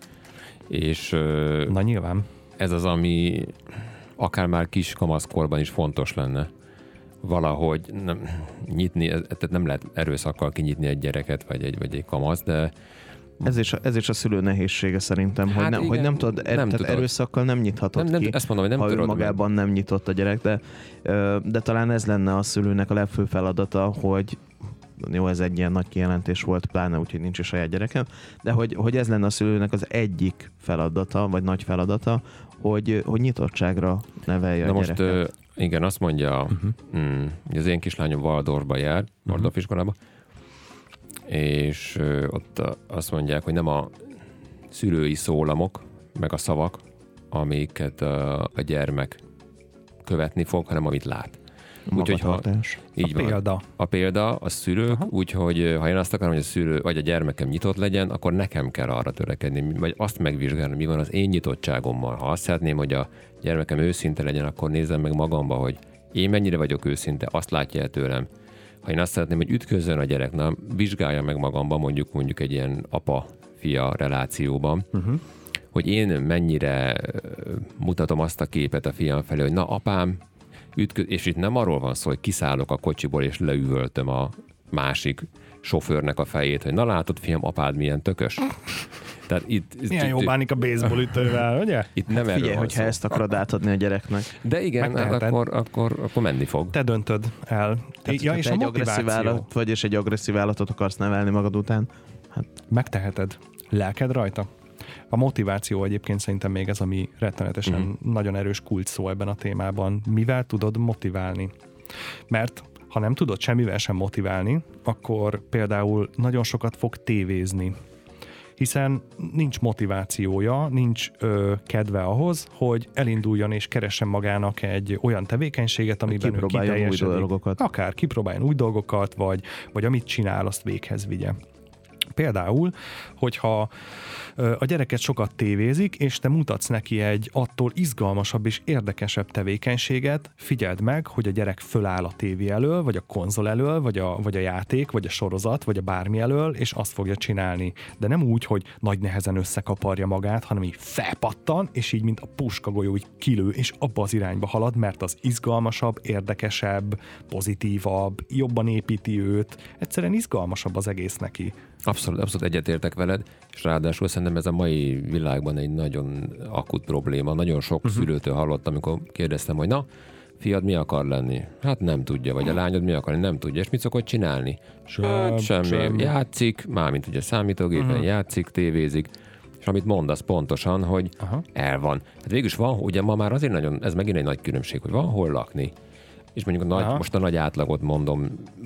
És na nyilván. Ez az, ami akár már kis kamaszkorban is fontos lenne. Valahogy nyitni, tehát nem lehet erőszakkal kinyitni egy gyereket, vagy egy kamasz, de... Ez is a szülő nehézsége szerintem, hát hogy nem tudod, erőszakkal nem nyithatod ki, ezt mondom, hogy nem ha magában nem nyitott a gyerek, de talán ez lenne a szülőnek a legfőbb feladata, hogy jó, ez egy ilyen nagy kijelentés volt, pláne úgyhogy nincs is saját gyerekem, de hogy ez lenne a szülőnek az egyik feladata, vagy nagy feladata, hogy nyitottságra nevelje a gyereket. Igen, azt mondja, hogy az én kislányom Waldorfba jár, Waldorf iskolába, és ott azt mondják, hogy nem a szülői szólamok, meg a szavak, amiket a gyermek követni fog, hanem amit lát. Úgyhogy a példa a szülők, úgyhogy ha én azt akarom, hogy a szülő vagy a gyermekem nyitott legyen, akkor nekem kell arra törekedni, vagy azt megvizsgálni, mi van az én nyitottságommal. Ha azt szeretném, hogy a gyermekem őszinte legyen, akkor nézzem meg magamba, hogy én mennyire vagyok őszinte, azt látja el tőlem. Ha én azt szeretném, hogy ütközzön a gyerek, na, vizsgálja meg magamba, mondjuk egy ilyen apa-fia relációban, hogy én mennyire mutatom azt a képet a fiam felé, hogy na apám, és itt nem arról van szó, hogy kiszállok a kocsiból és leüvöltöm a másik sofőrnek a fejét, hogy na látod fiam, apád milyen tökös. Tehát milyen jó bánik a baseball ütővel, ugye? Itt nem figyelj, hogyha ezt akarod átadni a gyereknek. De igen, akkor menni fog. Te döntöd el. Ja, és egy agresszív állat vagy, és egy agresszív állatot akarsz nevelni magad után, hát megteheted. Lelked rajta. A motiváció egyébként szerintem még ez, ami rettenetesen nagyon erős kulcs szó ebben a témában. Mivel tudod motiválni? Mert ha nem tudod semmivel sem motiválni, akkor például nagyon sokat fog tévézni. Hiszen nincs motivációja, nincs kedve ahhoz, hogy elinduljon és keressen magának egy olyan tevékenységet, amiben ő kiteljesedik. Akár kipróbáljon új dolgokat, vagy amit csinál, azt véghez vigye. Például, hogyha a gyereket sokat tévézik, és te mutatsz neki egy attól izgalmasabb és érdekesebb tevékenységet, figyeld meg, hogy a gyerek föláll a tévé elől, vagy a konzol elől, vagy a játék, vagy a sorozat, vagy a bármi elől, és azt fogja csinálni. De nem úgy, hogy nagy nehezen összekaparja magát, hanem így felpattan, és így, mint a puskagolyó, így kilő, és abba az irányba halad, mert az izgalmasabb, érdekesebb, pozitívabb, jobban építi őt. Egyszerűen izgalmasabb az egész neki. Abszolút egyetértek veled, és ráadásul szerintem ez a mai világban egy nagyon akut probléma. Nagyon sok szülőtől hallottam, amikor kérdeztem, hogy na, fiad mi akar lenni? Hát nem tudja, vagy a lányod mi akar lenni? Nem tudja. És mit szokott csinálni? Semmi. Játszik, mármint ugye számítógépen játszik, tévézik, és amit mondasz pontosan, hogy el van. Hát végülis van, ugye ma már azért nagyon, ez megint egy nagy különbség, hogy van hol lakni. És mondjuk most a nagy átlagot mondom,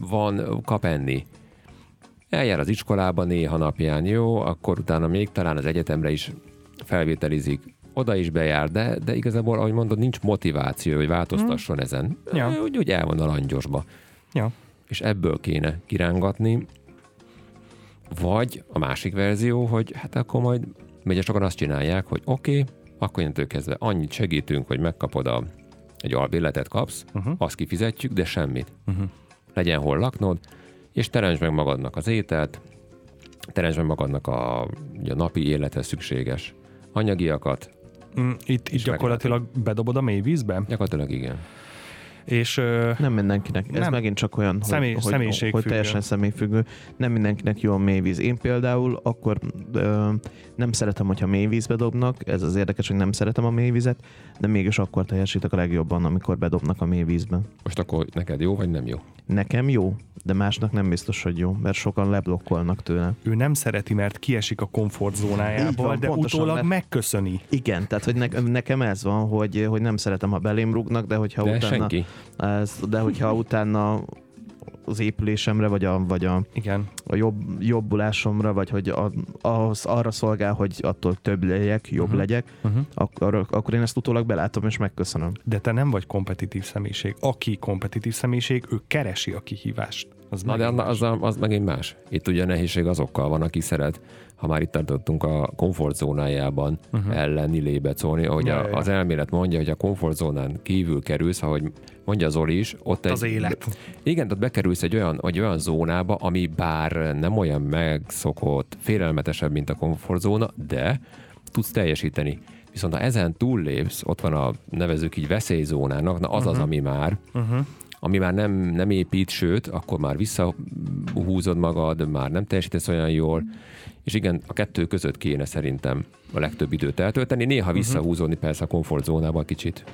kap enni. Eljár az iskolába néha napján, jó, akkor utána még talán az egyetemre is felvételizik, oda is bejár, de igazából, ahogy mondod, nincs motiváció, hogy változtasson ezen. Ja. Úgy el van a langyosba. Ja. És ebből kéne kirángatni, vagy a másik verzió, hogy hát akkor majd sokan azt csinálják, hogy oké, akkor innentől kezdve annyit segítünk, hogy megkapod egy albérletet kapsz, azt kifizetjük, de semmit. Legyen hol laknod, és teremtsd meg magadnak az ételt, teremtsd meg magadnak a napi élethez szükséges anyagiakat. Itt gyakorlatilag bedobod a mély vízbe? Gyakorlatilag igen. És, nem mindenkinek. Ez megint csak olyan, hogy teljesen személyfüggő. Nem mindenkinek jó a mélyvíz. Én például akkor nem szeretem, hogyha mélyvízbe dobnak. Ez az érdekes, hogy nem szeretem a mélyvizet, de mégis akkor teljesítek a legjobban, amikor bedobnak a mélyvízbe. Most akkor neked jó, vagy nem jó? Nekem jó, de másnak nem biztos, hogy jó, mert sokan leblokkolnak tőle. Ő nem szereti, mert kiesik a komfortzónájából, van, de utólag megköszöni. Igen, tehát hogy nekem ez van, hogy nem szeretem, ha belém rúgnak, de hogyha de utána... Senki. hogyha utána az épülésemre, vagy a jobbulásomra, vagy hogy arra szolgál, hogy attól több legyek, jobb legyek, akkor én ezt utólag belátom, és megköszönöm. De te nem vagy kompetitív személyiség. Aki kompetitív személyiség, ő keresi a kihívást. Az megint más. Itt ugye a nehézség azokkal van, aki szeret, ha már itt tartottunk a komfortzónájában ellenni lébecolni, ahogy az elmélet mondja, hogy a komfortzónán kívül kerülsz, ahogy mondja Zoli is, ott az élet. Igen, ott bekerülsz egy olyan zónába, ami bár nem olyan megszokott, félelmetesebb, mint a komfortzóna, de tudsz teljesíteni. Viszont ha ezen túllépsz, ott van nevezzük így veszélyzónának, na az az, ami már ami már nem épít, sőt, akkor már visszahúzod magad, már nem teljesítesz olyan jól, és igen, a kettő között kéne szerintem a legtöbb időt eltölteni, néha visszahúzódni persze a komfortzónába kicsit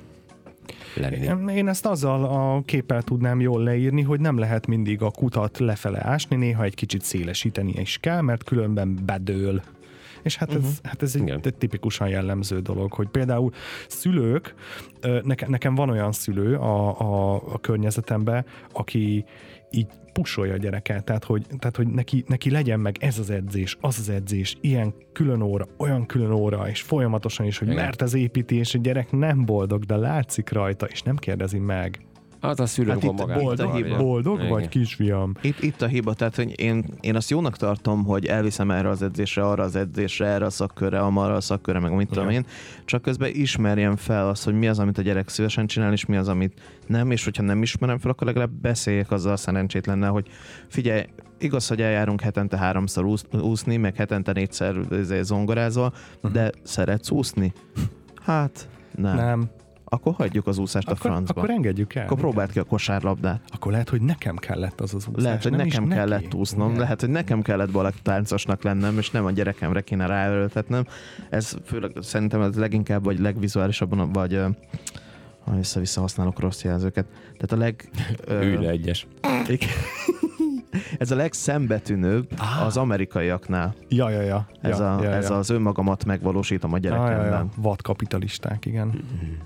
lenni. Én ezt azzal a képpel tudnám jól leírni, hogy nem lehet mindig a kutat lefele ásni, néha egy kicsit szélesíteni is kell, mert különben bedől. És hát ez egy tipikusan jellemző dolog, hogy például szülők, nekem van olyan szülő a környezetemben, aki így pusolja a gyereket, tehát hogy neki legyen meg ez az edzés, az az edzés, ilyen külön óra, olyan külön óra, és folyamatosan is, hogy mert ez építi, és a gyerek nem boldog, de látszik rajta, és nem kérdezi meg. Az a szülők van magát. Boldog vagy, kisfiam? Itt a hiba, tehát hogy én azt jónak tartom, hogy elviszem erre az edzésre, arra az edzésre, erre a szakkörre, amarra a szakkörre, meg mit tudom én, csak közben ismerjem fel azt, hogy mi az, amit a gyerek szívesen csinál, és mi az, amit nem, és hogyha nem ismerem fel, akkor legalább beszéljek azzal szerencsétlennel, hogy figyelj, igaz, hogy eljárunk hetente 3-szor úszni, meg hetente 4-szer zongorázol, de szeretsz úszni? Hát, nem. Akkor hagyjuk az úszást a francba. Akkor engedjük el. Akkor próbáld ki a kosárlabdát. Akkor lehet, hogy nekem kellett az úszás. Lehet, hogy nekem kellett úsznom, lehet, hogy nekem kellett balett lennem, és nem a gyerekemre kéne ráerőltetnem. Ez főleg szerintem ez leginkább, vagy legvizuálisabban, vagy össze-vissza használok rossz jelzőket. Tehát Ülj le egyes. Ez a legszembetűnőbb az amerikaiaknál. Ja. Ez az önmagamat megvalósítom a gyerekemben. Vadkapitalisták, igen.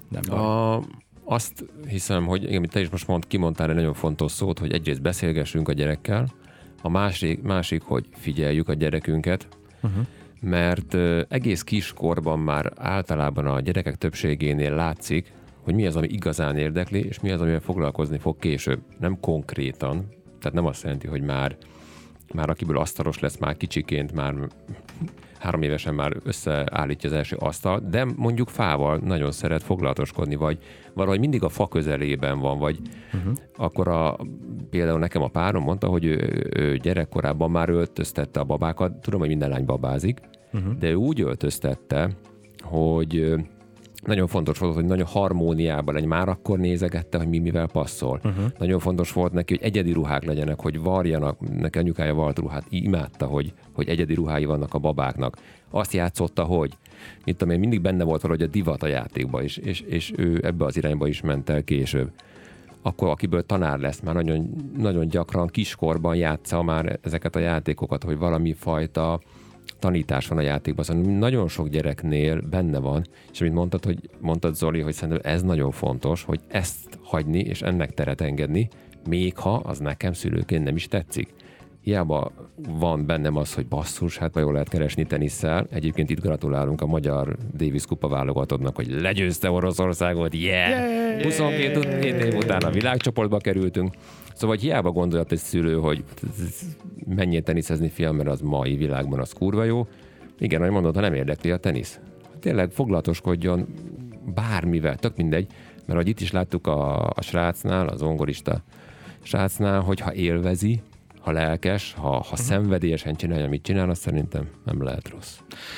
Azt hiszem, hogy igen, te is most kimondtál egy nagyon fontos szót, hogy egyrészt beszélgessünk a gyerekkel, a másik hogy figyeljük a gyerekünket, mert egész kiskorban már általában a gyerekek többségénél látszik, hogy mi az, ami igazán érdekli, és mi az, amivel foglalkozni fog később. Nem konkrétan, tehát nem azt jelenti, hogy már akiből asztalos lesz, már kicsiként, már 3 évesen már összeállítja az első asztalt, de mondjuk fával nagyon szeret foglalatoskodni, vagy valahogy mindig a fa közelében van, vagy akkor például nekem a párom mondta, hogy ő gyerekkorában már öltöztette a babákat, tudom, hogy minden lány babázik, de ő úgy öltöztette, hogy nagyon fontos volt, hogy nagyon harmóniában legyen. Már akkor nézegette, hogy mivel passzol. Nagyon fontos volt neki, hogy egyedi ruhák legyenek, hogy varjanak. Neki anyukája vart ruhát. Imádta, hogy egyedi ruhái vannak a babáknak. Azt játszotta, hogy mit tudom én, mindig benne volt valahogy a divat a játékban is, és ő ebbe az irányba is ment el később. Akkor akiből tanár lesz, már nagyon, nagyon gyakran kiskorban játsza már ezeket a játékokat, hogy valami fajta tanítás van a játékban, szóval nagyon sok gyereknél benne van, és amit mondtad Zoli, hogy szerintem ez nagyon fontos, hogy ezt hagyni, és ennek teret engedni, még ha az nekem szülőként nem is tetszik. Hiába van bennem az, hogy basszus, hát jól lehet keresni tenisszel. Egyébként itt gratulálunk a magyar Davis kupa válogatottnak, hogy legyőzte Oroszországot, 22 év után a világcsoportba kerültünk. Szóval hiába gondolat egy szülő, hogy menjél teniszezni, fiam, mert az mai világban az kurva jó. Igen, ahogy mondod, ha nem érdekli a tenisz. Tényleg foglalatoskodjon bármivel, tök mindegy, mert ahogy itt is láttuk a srácnál, az zongorista srácnál, hogy ha élvezi, ha lelkes, ha szenvedélyesen csinálja, amit csinál, azt szerintem nem lehet rossz.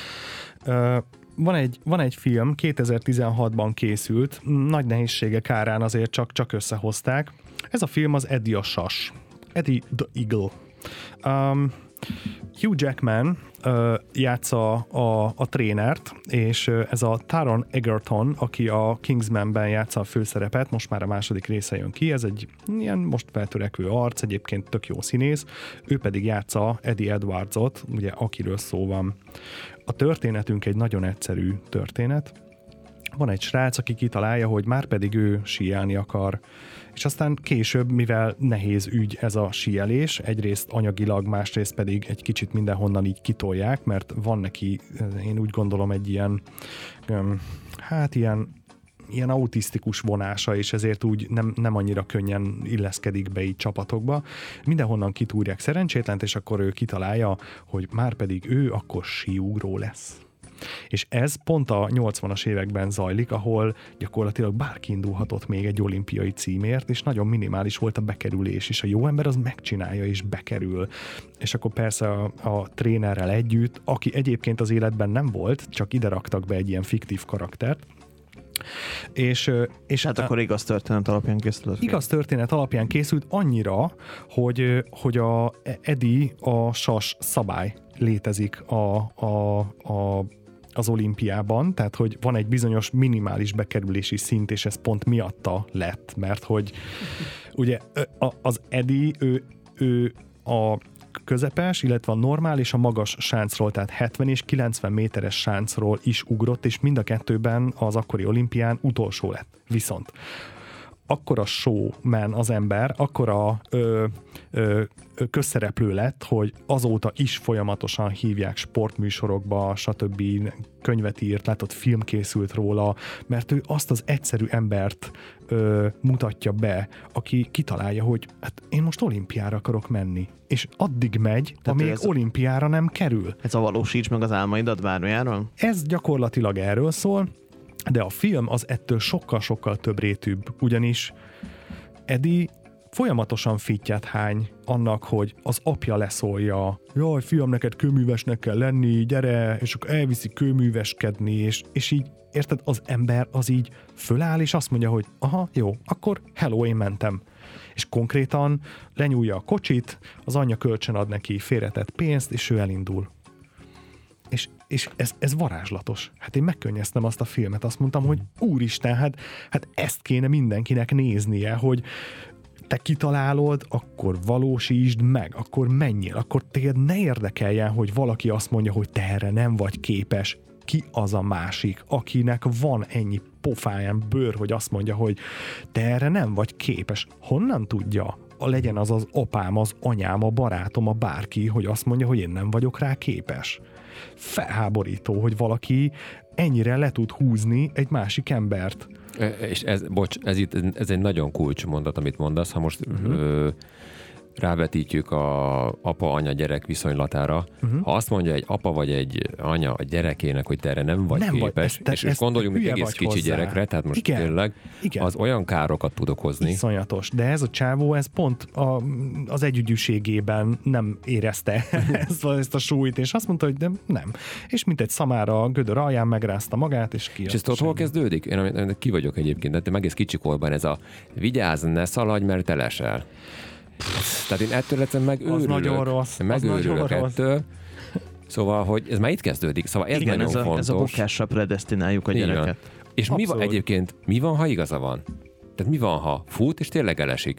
Van egy film, 2016-ban készült, nagy nehézségek árán azért csak összehozták. Ez a film az Eddie a Sas. Eddie the Eagle. Hugh Jackman játsza a trénert, és ez a Taron Egerton, aki a Kingsmanben játsza a főszerepet, most már a második része jön ki, ez egy ilyen most feltörekvő arc, egyébként tök jó színész, ő pedig játsza Eddie Edwardsot, ugye akiről szó van. A történetünk egy nagyon egyszerű történet. Van egy srác, aki kitalálja, hogy már pedig ő síelni akar, és aztán később, mivel nehéz ügy ez a síelés, egyrészt anyagilag, másrészt pedig egy kicsit mindenhonnan így kitolják, mert van neki, én úgy gondolom, egy ilyen, ilyen autisztikus vonása, és ezért úgy nem annyira könnyen illeszkedik be így csapatokba. Mindenhonnan kitúrják szerencsétlent, és akkor ő kitalálja, hogy már pedig ő akkor síugró lesz. És ez pont a 80-as években zajlik, ahol gyakorlatilag bárki indulhatott még egy olimpiai címért, és nagyon minimális volt a bekerülés, és a jó ember az megcsinálja és bekerül. És akkor persze a trénerrel együtt, aki egyébként az életben nem volt, csak ide raktak be egy ilyen fiktív karaktert, és hát akkor igaz történet alapján készült. Igaz történet alapján készült annyira, hogy a Eddie a sas szabály létezik az olimpiában, tehát hogy van egy bizonyos minimális bekerülési szint, és ez pont miatta lett, mert hogy ugye az Eddie, ő közepes, illetve a normál és a magas sáncról, tehát 70 és 90 méteres sáncról is ugrott, és mind a kettőben az akkori olimpián utolsó lett. Viszont akkora showman az ember, akkora közszereplő lett, hogy azóta is folyamatosan hívják sportműsorokba, stb. Könyvet írt, látott, film készült róla, mert ő azt az egyszerű embert mutatja be, aki kitalálja, hogy hát én most olimpiára akarok menni. És addig megy, amíg olimpiára nem kerül. Ez a valósíts meg az álmaidat bármijáról? Ez gyakorlatilag erről szól, de a film az ettől sokkal-sokkal több rétűbb, ugyanis Eddie folyamatosan fittyet hány annak, hogy az apja leszólja, jaj, fiam, neked kőművesnek kell lenni, gyere, és akkor elviszi kőműveskedni, és így, érted, az ember az így föláll, és azt mondja, hogy aha, jó, akkor hello, én mentem. És konkrétan lenyúlja a kocsit, az anyja kölcsön ad neki félretett pénzt, és ő elindul. És ez varázslatos. Hát én megkönnyeztem azt a filmet, azt mondtam, hogy úristen, hát ezt kéne mindenkinek néznie, hogy te kitalálod, akkor valósítsd meg, akkor menjél, akkor téged ne érdekeljen, hogy valaki azt mondja, hogy te erre nem vagy képes. Ki az a másik, akinek van ennyi pofáján bőr, hogy azt mondja, hogy te erre nem vagy képes. Honnan tudja? Legyen az az apám, az anyám, a barátom, a bárki, hogy azt mondja, hogy én nem vagyok rá képes. Felháborító, hogy valaki ennyire le tud húzni egy másik embert. És ez egy nagyon kulcsmondat, amit mondasz. Ha most rávetítjük a apa-anya-gyerek viszonylatára, ha azt mondja egy apa vagy egy anya a gyerekének, hogy te erre nem vagy képes, és gondoljunk egy egész kicsi gyerekre, tehát most tényleg az olyan károkat tud okozni. Iszonyatos. De ez a csávó, ez pont az együgyűségében nem érezte ezt a súlyt, és azt mondta, hogy de nem. És mint egy szamára a gödör alján megrázta magát, és ki. És ez hol kezdődik? Én ki vagyok egyébként, de egész kicsikorban ez a vigyázz, ne szaladj, mert te lesel. Tehát én ettől egyszerűen megőrülök ettől. Szóval, hogy ez már itt kezdődik. Szóval ez igen, nagyon fontos. Ez a bukásra predesztináljuk a gyereket. És mi van, ha igaza van? Tehát mi van, ha fut, és tényleg elesik?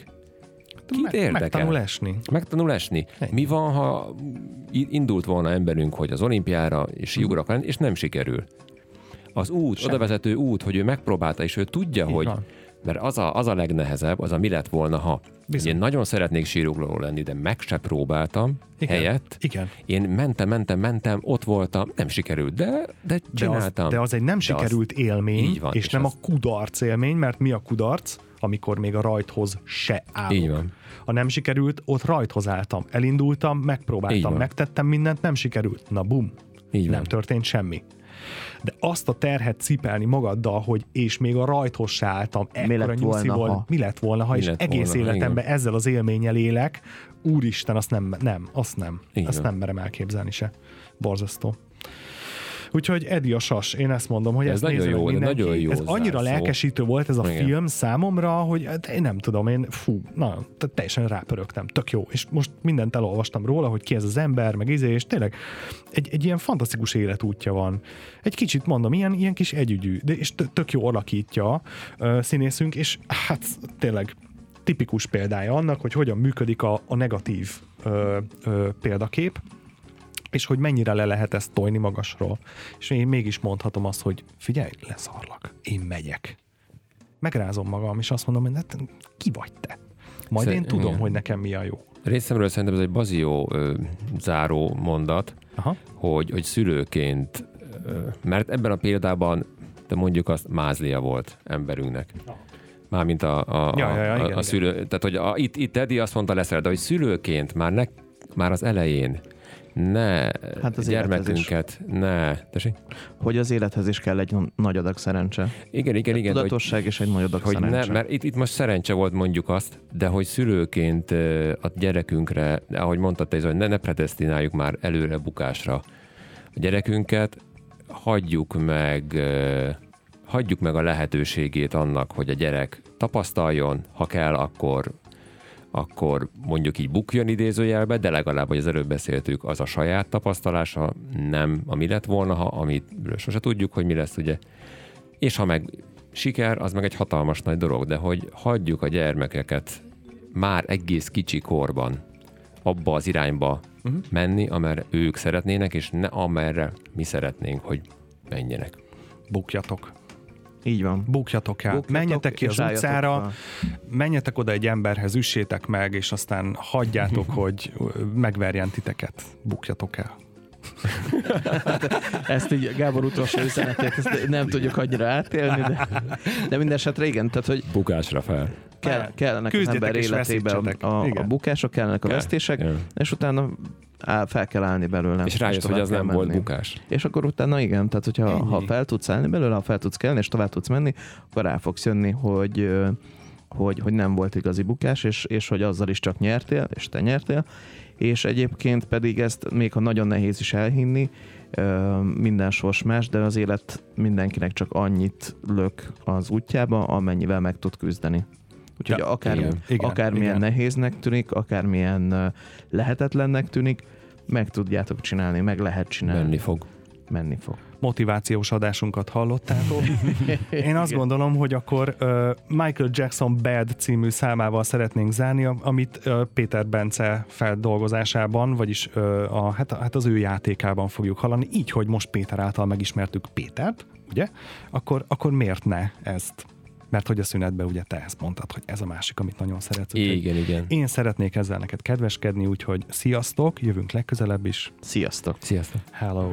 Kit érdekel? Megtanul esni. Mi van, ha indult volna emberünk, hogy az olimpiára és ugrok, és nem sikerül? Az út, odavezető út, hogy ő megpróbálta, és ő tudja, hogy mert az a legnehezebb, az a mi lett volna, ha én nagyon szeretnék sírugró lenni, de meg se próbáltam helyett. Igen. Én mentem, ott voltam, nem sikerült, de csináltam. De az egy nem sikerült élmény, van, és nem a kudarc élmény, mert mi a kudarc, amikor még a rajthoz se állok. Így van. Ha nem sikerült, ott rajthoz álltam. Elindultam, megpróbáltam, megtettem mindent, nem sikerült. Na bum, nem történt semmi. De azt a terhet cipelni magaddal, hogy és még a rajthoz se álltam, ekkora nyusziból, mi lett volna, ha és egész életemben ezzel az élménnyel élek, úristen, azt nem merem elképzelni se. Borzasztó. Úgyhogy Eddie a sas, én ezt mondom, hogy ez ezt nézze meg mindenki. Nagyon jó, ez annyira lelkesítő volt ez a film számomra, hogy én nem tudom, teljesen rápörögtem, tök jó. És most mindent elolvastam róla, hogy ki ez az ember, meg és tényleg egy ilyen fantasztikus életútja van. Egy kicsit mondom, ilyen kis együgyű, de és tök jó alakítja színészünk, és hát tényleg tipikus példája annak, hogy hogyan működik a negatív példakép, és hogy mennyire le lehet ezt tojni magasról. És én mégis mondhatom azt, hogy figyelj, leszarlak, én megyek. Megrázom magam, és azt mondom, hogy ki vagy te? Majd én tudom, hogy nekem mi a jó. Részemről szerintem ez egy bazió záró mondat, hogy szülőként, mert ebben a példában, de mondjuk azt Mázlia volt emberünknek. Mármint a szülő, tehát hogy itt Eddie azt mondta leszel, de hogy szülőként már az elején hát az gyermekünket, tessék? Hogy az élethez is kell egy nagy adag szerencse. Igen. Tudatosság és egy nagy adag szerencse. Mert itt most szerencse volt mondjuk azt, de hogy szülőként a gyerekünkre, ahogy mondtad te, hogy ne predesztináljuk már előre bukásra a gyerekünket, hagyjuk meg a lehetőségét annak, hogy a gyerek tapasztaljon, ha kell, akkor mondjuk így bukjon idézőjelbe, de legalább, hogy az előbb beszéltük, az a saját tapasztalása, nem a mi lett volna, amit sose tudjuk, hogy mi lesz, ugye. És ha meg siker, az meg egy hatalmas nagy dolog, de hogy hagyjuk a gyermekeket már egész kicsi korban abba az irányba menni, amerre ők szeretnének, és ne amerre mi szeretnénk, hogy menjenek. Bukjatok. Így van. Bukjatok el. Menjetek ki az utcára, menjetek oda egy emberhez, üssétek meg, és aztán hagyjátok, hogy megverjen titeket. Bukjatok el. Ezt így Gábor utolsó üzenetét ezt nem tudjuk annyira átélni, de minden esetre igen, tehát hogy Bukásra fel. Kellenek az ember életében a bukások, kellenek a vesztések, és utána fel kell állni belőle. És rájössz, hogy az nem volt bukás. És akkor utána igen, tehát hogyha ha fel tudsz állni belőle, ha fel tudsz kelni, és tovább tudsz menni, akkor rá fogsz jönni, hogy nem volt igazi bukás, és hogy azzal is csak nyertél, és te nyertél. És egyébként pedig ezt még ha nagyon nehéz is elhinni, minden sors más, de az élet mindenkinek csak annyit lök az útjába, amennyivel meg tud küzdeni. Úgyhogy akármilyen nehéznek tűnik, akármilyen lehetetlennek tűnik, meg tudjátok csinálni, meg lehet csinálni. Menni fog. Motivációs adásunkat hallottátok. Én azt gondolom, hogy akkor Michael Jackson Bad című számával szeretnénk zárni, amit Péter Bence feldolgozásában, vagyis hát az ő játékában fogjuk hallani. Így, hogy most Péter által megismertük Pétert, ugye? Akkor miért ne ezt? Mert hogy a szünetben ugye te ezt mondtad, hogy ez a másik, amit nagyon szeretsz. Igen. Én szeretnék ezzel neked kedveskedni, úgyhogy sziasztok, jövünk legközelebb is. Sziasztok. Hello.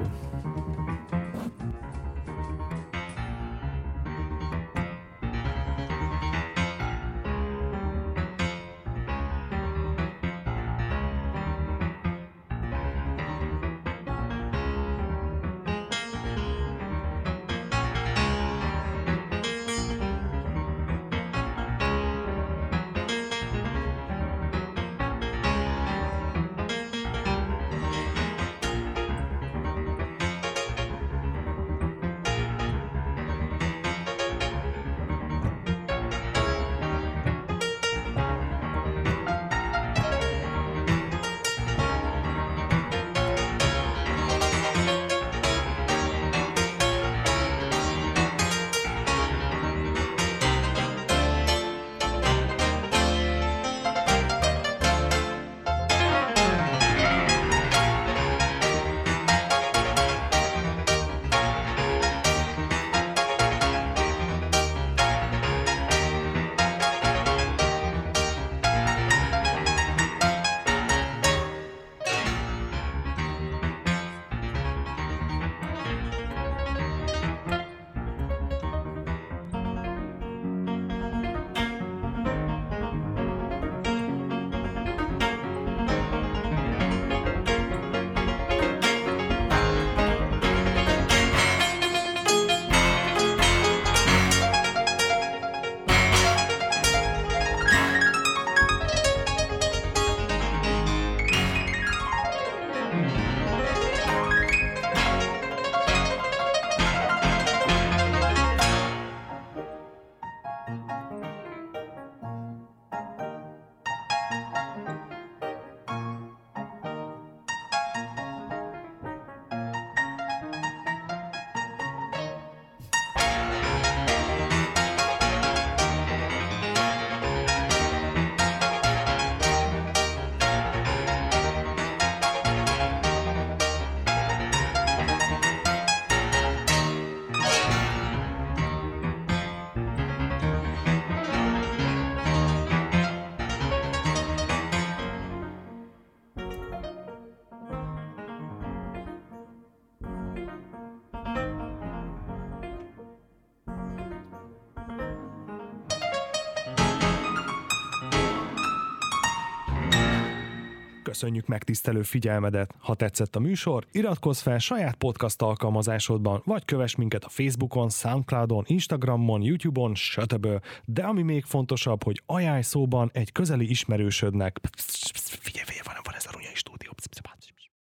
Köszönjük megtisztelő figyelmedet! Ha tetszett a műsor, iratkozz fel saját podcast alkalmazásodban, vagy kövess minket a Facebookon, Soundcloudon, Instagramon, YouTube-on, stb. De ami még fontosabb, hogy ajánlj szóban egy közeli ismerősödnek. Figyelj, van ez a Runyai Stúdió.